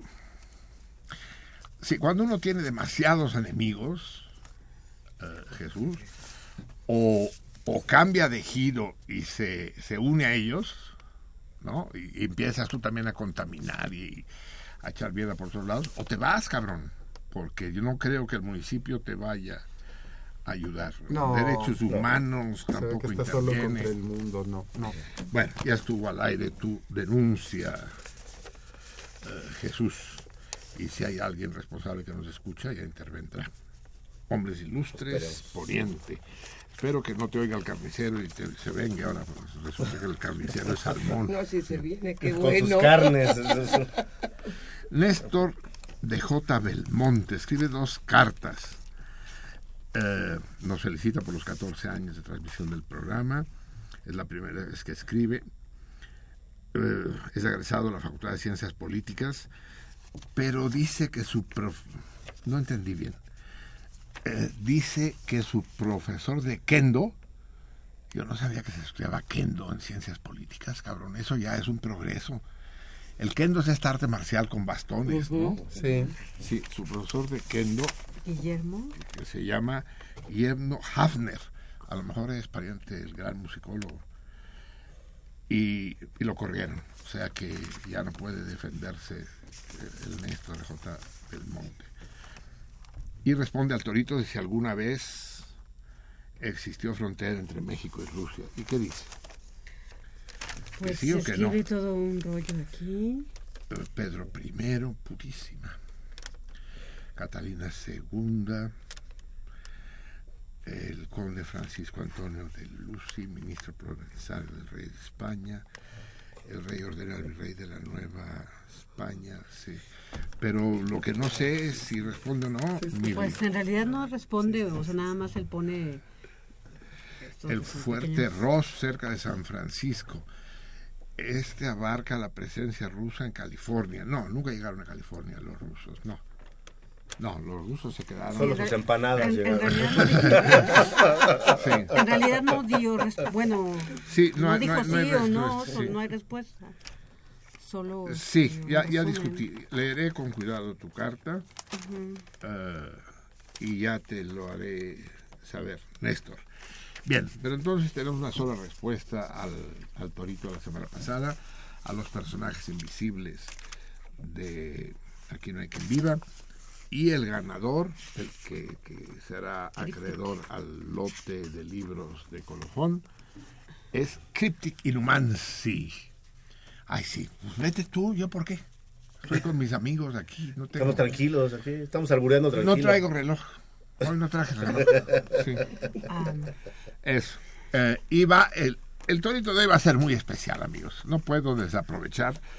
Sí, cuando uno tiene demasiados enemigos, eh, Jesús, o, o cambia de giro y se, se une a ellos, ¿no? Y, y empiezas tú también a contaminar y a echar mierda por todos lados, o te vas, cabrón, porque yo no creo que el municipio te vaya a ayudar. No, derechos no. humanos O sea, tampoco que está interviene. Solo contra el mundo, no, no. Bueno, ya estuvo al aire tu denuncia, eh, Jesús, y si hay alguien responsable que nos escucha, ya intervendrá. Hombres ilustres, Esperemos. poniente. Espero que no te oiga el carnicero y te, se venga ahora, porque resulta que el carnicero es salmón. No, si se viene, qué Con bueno. sus carnes. Néstor de J. Belmonte escribe dos cartas. Eh, nos felicita por los catorce años de transmisión del programa. Es la primera vez que escribe. Eh, es egresado de la Facultad de Ciencias Políticas, pero dice que su prof... no entendí bien. Eh, dice que su profesor de Kendo, yo no sabía que se estudiaba Kendo en Ciencias Políticas, cabrón, eso ya es un progreso. El Kendo es esta arte marcial con bastones, Uh-huh. ¿no? Sí. Sí, su profesor de Kendo, Guillermo. que se llama Guillermo Hafner, a lo mejor es pariente del gran musicólogo, y, y lo corrieron, o sea que ya no puede defenderse el, el Néstor de J. Belmonte. Y responde al Torito de si alguna vez existió frontera entre México y Rusia. ¿Y qué dice? Pues ¿Que sí o que no? escribe todo un rollo aquí. Pedro primero, purísima. Catalina segunda. El conde Francisco Antonio de Lucy, ministro provincial del rey de España. El rey ordena al virrey de la Nueva España, sí. Pero lo que no sé es si responde o no. Mi Pues en realidad no responde, o sea, nada más él pone... el fuerte Ross, cerca de San Francisco. Este abarca la presencia rusa en California. No, nunca llegaron a California los rusos, no. No, los rusos se quedaron... Solo sus empanadas En, en llegaron. realidad no dijo, Sí. en realidad no dio, res- bueno, Sí, no no, hay- dijo no hay- no hay sí o no, respuesta, sí. no hay respuesta. Solo... Sí, eh, ya, un ya resumen. discutí. Leeré con cuidado tu carta eh, y ya te lo haré saber, Néstor. Bien, pero entonces tenemos una sola respuesta al, al Torito de la semana pasada, a los personajes invisibles de Aquí no hay quien viva, y el ganador, el que, que será acreedor al lote de libros de Colofón, es Cryptic Inumancy. Ay, sí, pues vete tú, ¿yo por qué? Estoy con mis amigos aquí. No tengo... Estamos tranquilos aquí, estamos albureando tranquilos. No traigo reloj. Hoy no traje reloj. Sí. Ah, no. Eso. Eh, y va el, el Torito de hoy va a ser muy especial, amigos. No puedo desaprovechar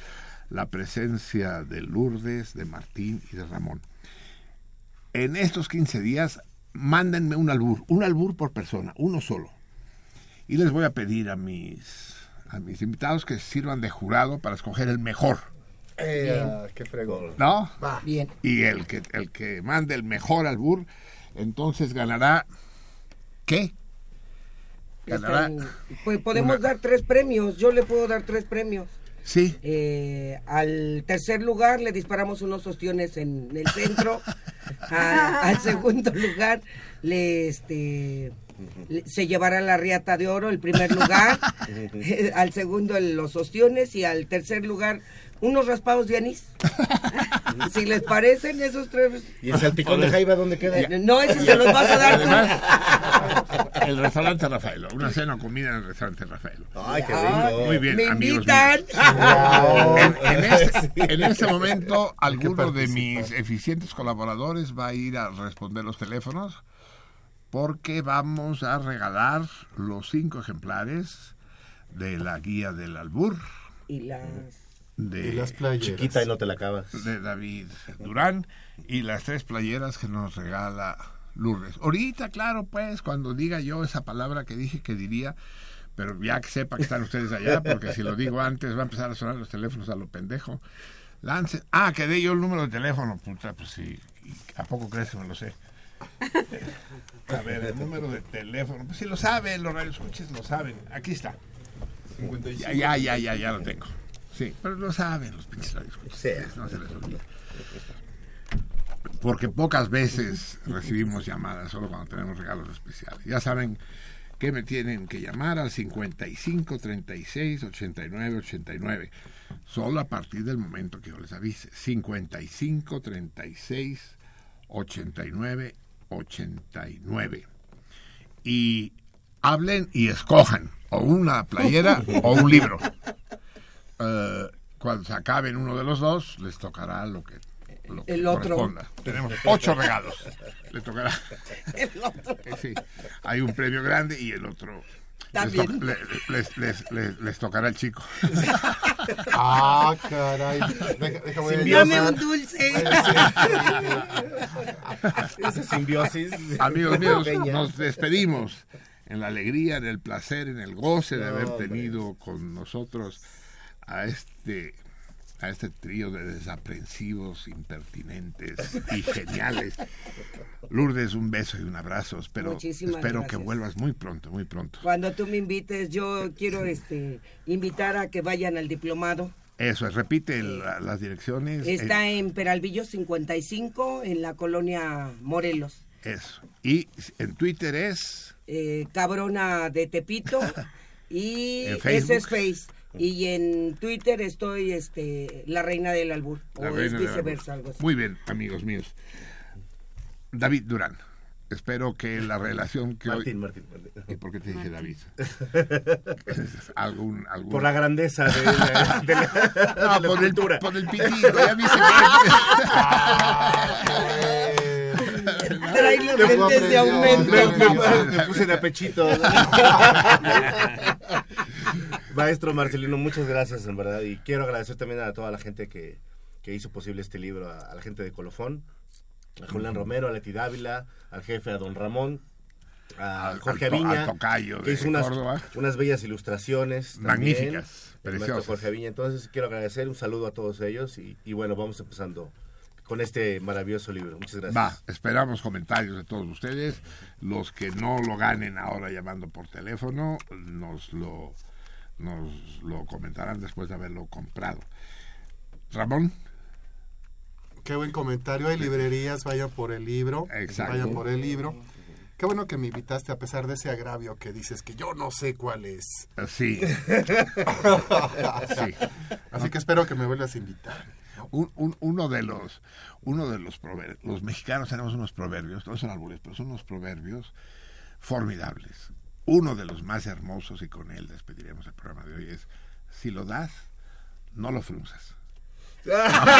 la presencia de Lourdes, de Martín y de Ramón. En estos quince días, mándenme un albur, un albur por persona, uno solo. Y les voy a pedir a mis, a mis invitados que sirvan de jurado para escoger el mejor. Eh, qué fregón. ¿No? Va. Bien. Y el que, el que mande el mejor albur, entonces ganará... ¿Qué? Ganará... Están- pues podemos una- dar tres premios. Yo le puedo dar tres premios. Sí. Eh, al tercer lugar le disparamos unos ostiones en el centro. A- al segundo lugar le este le- se llevará la riata de oro el primer lugar. Eh, al segundo el- los ostiones y al tercer lugar unos raspados de anís. Si les parecen esos tres. ¿Y el salpicón de jaiba dónde queda? No, ese se los vas a dar tú. Además, el restaurante Rafaelo, una cena o comida en el restaurante Rafaelo. Ay, qué Ah, rico. Muy bien, me amigos invitan. míos. En, en este, Sí. en este momento, alguno de participar. mis eficientes colaboradores va a ir a responder los teléfonos porque vamos a regalar los cinco ejemplares de la guía del albur Y las de, Y las playeras. Chiquita y no te la acabas. de David Durán y las tres playeras que nos regala Lourdes. Ahorita, claro, pues, cuando diga yo esa palabra que dije que diría, pero ya que sepa que están ustedes allá, porque si lo digo antes va a empezar a sonar los teléfonos a lo pendejo. Lance. Ah, que dé yo el número de teléfono. Puta, pues sí. ¿A poco crees que me lo sé? A ver, el número de teléfono. Pues si lo saben, los radioescuchas lo saben. Aquí está. Ya, ya, ya, ya, ya lo tengo. Sí, pero lo saben los pinches radioescuchas. Sí. No se les olvida. Porque pocas veces recibimos llamadas, solo cuando tenemos regalos especiales. Ya saben que me tienen que llamar al cincuenta y cinco, treinta y seis, ochenta y nueve, ochenta y nueve. Solo a partir del momento que yo les avise. cincuenta y cinco, treinta y seis, ochenta y nueve, ochenta y nueve. Y hablen y escojan o una playera o un libro. Uh, cuando se acaben uno de los dos, les tocará lo que, lo que El otro. corresponda. Tenemos ocho regalos. Le tocará. el otro. Eh, sí, hay un premio grande y el otro les, También. to- le- les, les, les, les tocará el chico. Ah, caray. Deja, deja, voy a Simbiosis. Dame llamar. un dulce. Esa simbiosis. Amigos míos, Pequeña. nos despedimos en la alegría, en el placer, en el goce de No, haber hombre. tenido con nosotros a este a este trío de desaprensivos, impertinentes y geniales. Lourdes, un beso y un abrazo. Espero, Muchísimas espero que gracias. vuelvas muy pronto, muy pronto. Cuando tú me invites, yo quiero este invitar a que vayan al diplomado. Eso es, repite la- las direcciones. Está eh, en Peralvillo cincuenta y cinco, en la colonia Morelos. eso. Y en Twitter es... Eh, cabrona de Tepito y ¿En ese Facebook? es Face. Y en Twitter estoy este la reina del albur. La o reina es del viceversa, albur. algo así. Muy bien, amigos míos. David Durán, espero que la relación que Martín, hoy... Martín, Martín. ¿Y por qué te dije David? ¿Algún, algún... Por la grandeza de la, de la, de No, la por el, escultura. por el pitito, ya viste Trae los Le puedo lentes de aprender. aumento. Me, me- me puse de apechito. Maestro Marcelino, muchas gracias en verdad. Y quiero agradecer también a toda la gente que, que hizo posible este libro, a, a la gente de Colofón, a Julián Romero, a Leti Dávila, al jefe, a don Ramón, a Al- Jorge al to- Aviña, al tocayo que de hizo unas, Córdoba. unas bellas ilustraciones. también, Magníficas, el maestro preciosas. Jorge Aviña. Entonces quiero agradecer, un saludo a todos ellos y, y bueno, vamos empezando con este maravilloso libro. Muchas gracias. Va, esperamos comentarios de todos ustedes. Los que no lo ganen ahora llamando por teléfono, nos lo, nos lo comentarán después de haberlo comprado. Ramón, Qué buen comentario. Hay librerías, vayan por el libro. Exacto. Vayan por el libro. Qué bueno que me invitaste a pesar de ese agravio que dices que yo no sé cuál es. eh, sí, sí. Así que espero que me vuelvas a invitar. Un, un- uno de los uno de los proverbios, los mexicanos tenemos unos proverbios, no son albures, pero son unos proverbios formidables. Uno de los más hermosos, y con él despediremos el programa de hoy, es: si lo das, no lo frunzas. Eso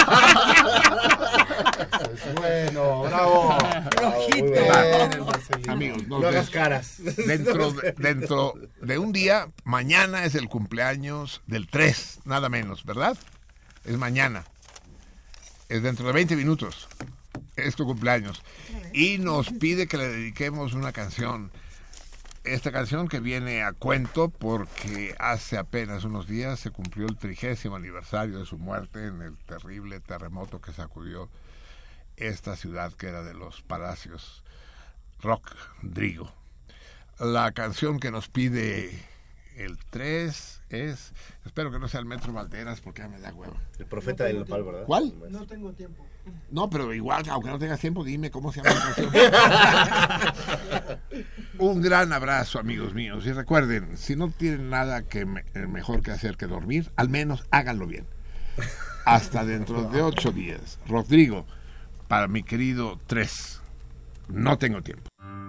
es bueno, bravo. Rojito. muy bueno. Bien, el Marcelino. Amigos, nos No hagas des- caras. dentro de, dentro de un día, mañana es el cumpleaños del tres, nada menos, ¿verdad? es mañana, es dentro de veinte minutos, es tu cumpleaños, y nos pide que le dediquemos una canción. Esta canción que viene a cuento porque hace apenas unos días se cumplió el trigésimo aniversario de su muerte en el terrible terremoto que sacudió esta ciudad que era de los palacios. Rodrigo. La canción que nos pide el tres es, espero que no sea el Metro Valderas porque ya me da huevo. El Profeta del Nopal, ¿verdad? ¿Cuál? No tengo tiempo. No, pero igual, aunque no tengas tiempo, dime cómo se llama la canción. Un gran abrazo, amigos míos. Y recuerden, si no tienen nada que me, mejor que hacer que dormir, al menos háganlo bien. Hasta dentro de ocho días. Rodrigo, para mi querido tres, no tengo tiempo.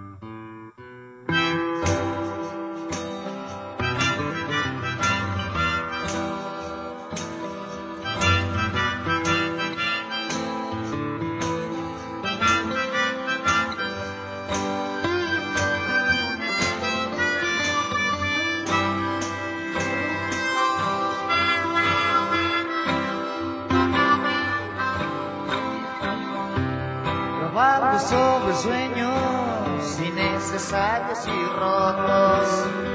Sobre sueños innecesarios y rotos,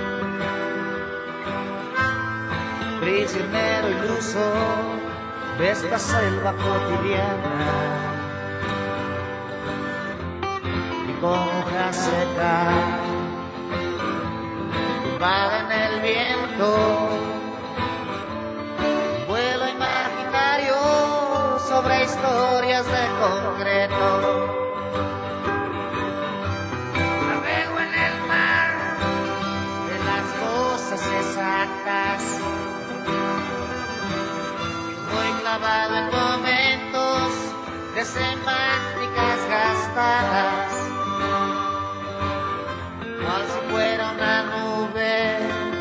prisionero iluso de esta selva cotidiana, y con hoja seca tumbada en el viento, vuelo imaginario sobre historias de concreto. Exactas, muy clavado en momentos de semánticas gastadas, cual si fuera una nube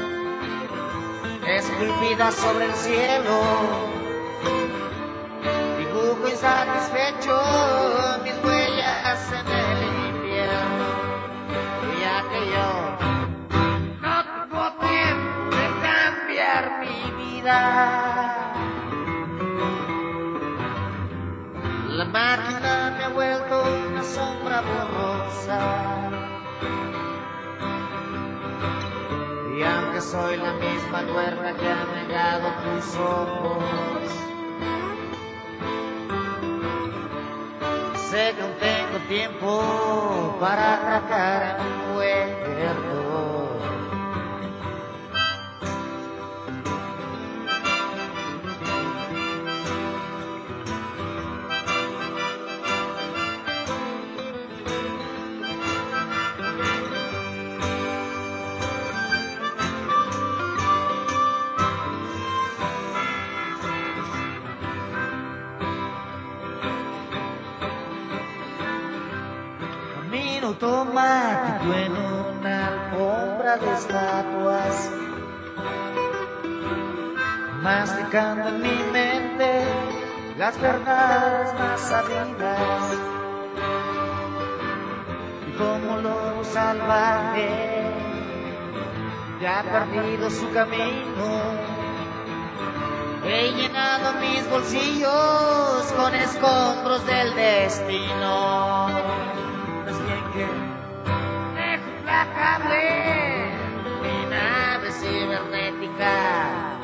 esculpida sobre el cielo. Dibujo insatisfecho mis huellas en el invierno, ya que yo mi vida. La máquina me ha vuelto una sombra borrosa, y aunque soy la misma duerma que ha negado tus ojos, sé que aún tengo tiempo para atracar a mi muerto. Automático en una alfombra de estatuas, masticando en mi mente las verdades más sabidas, y como lobo salvaje ya ha perdido su camino, he llenado mis bolsillos con escombros del destino. Dejo implacable mi nave cibernética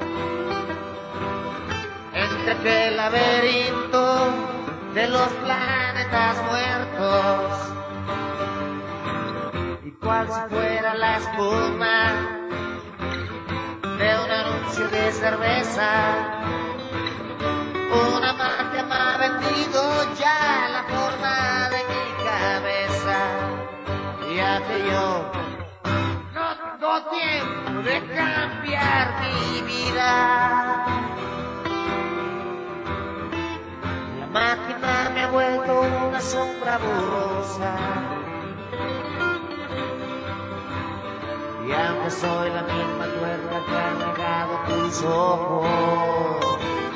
entre aquel laberinto de los planetas muertos, y cual si fuera la espuma de un anuncio de cerveza, una magia me ha vendido ya la forma de mi cabeza, ya que yo no tengo tiempo de cambiar mi vida. La máquina me ha vuelto una sombra borrosa, y aunque soy la misma tuerca que ha negado tus ojos,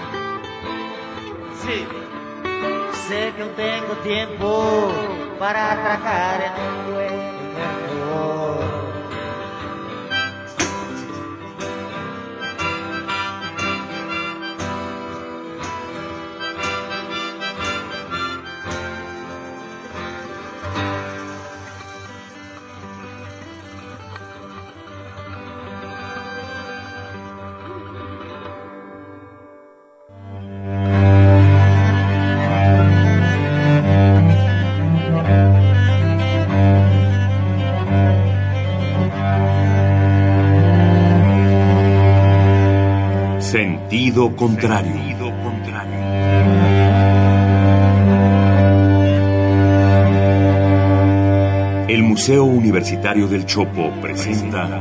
sí, sé que aún tengo tiempo para atracar en un hueco. Sentido contrario. Sentido contrario. El Museo Universitario del Chopo presenta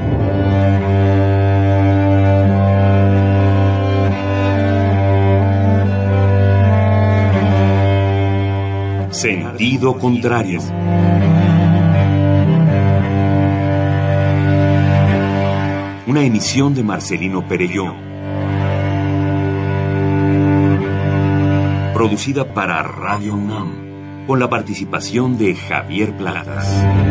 Sentido contrario. Una emisión de Marcelino Perelló. Producida para Radio UNAM, con la participación de Javier Platas.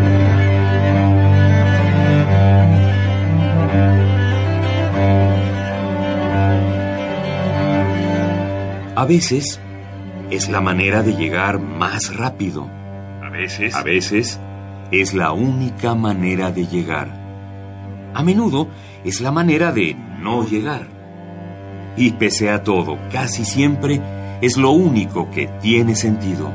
A veces es la manera de llegar más rápido. A veces, a veces es la única manera de llegar. A menudo es la manera de no llegar. Y pese a todo, casi siempre es lo único que tiene sentido.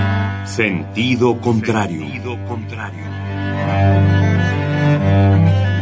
Sentido contrario. Sentido contrario.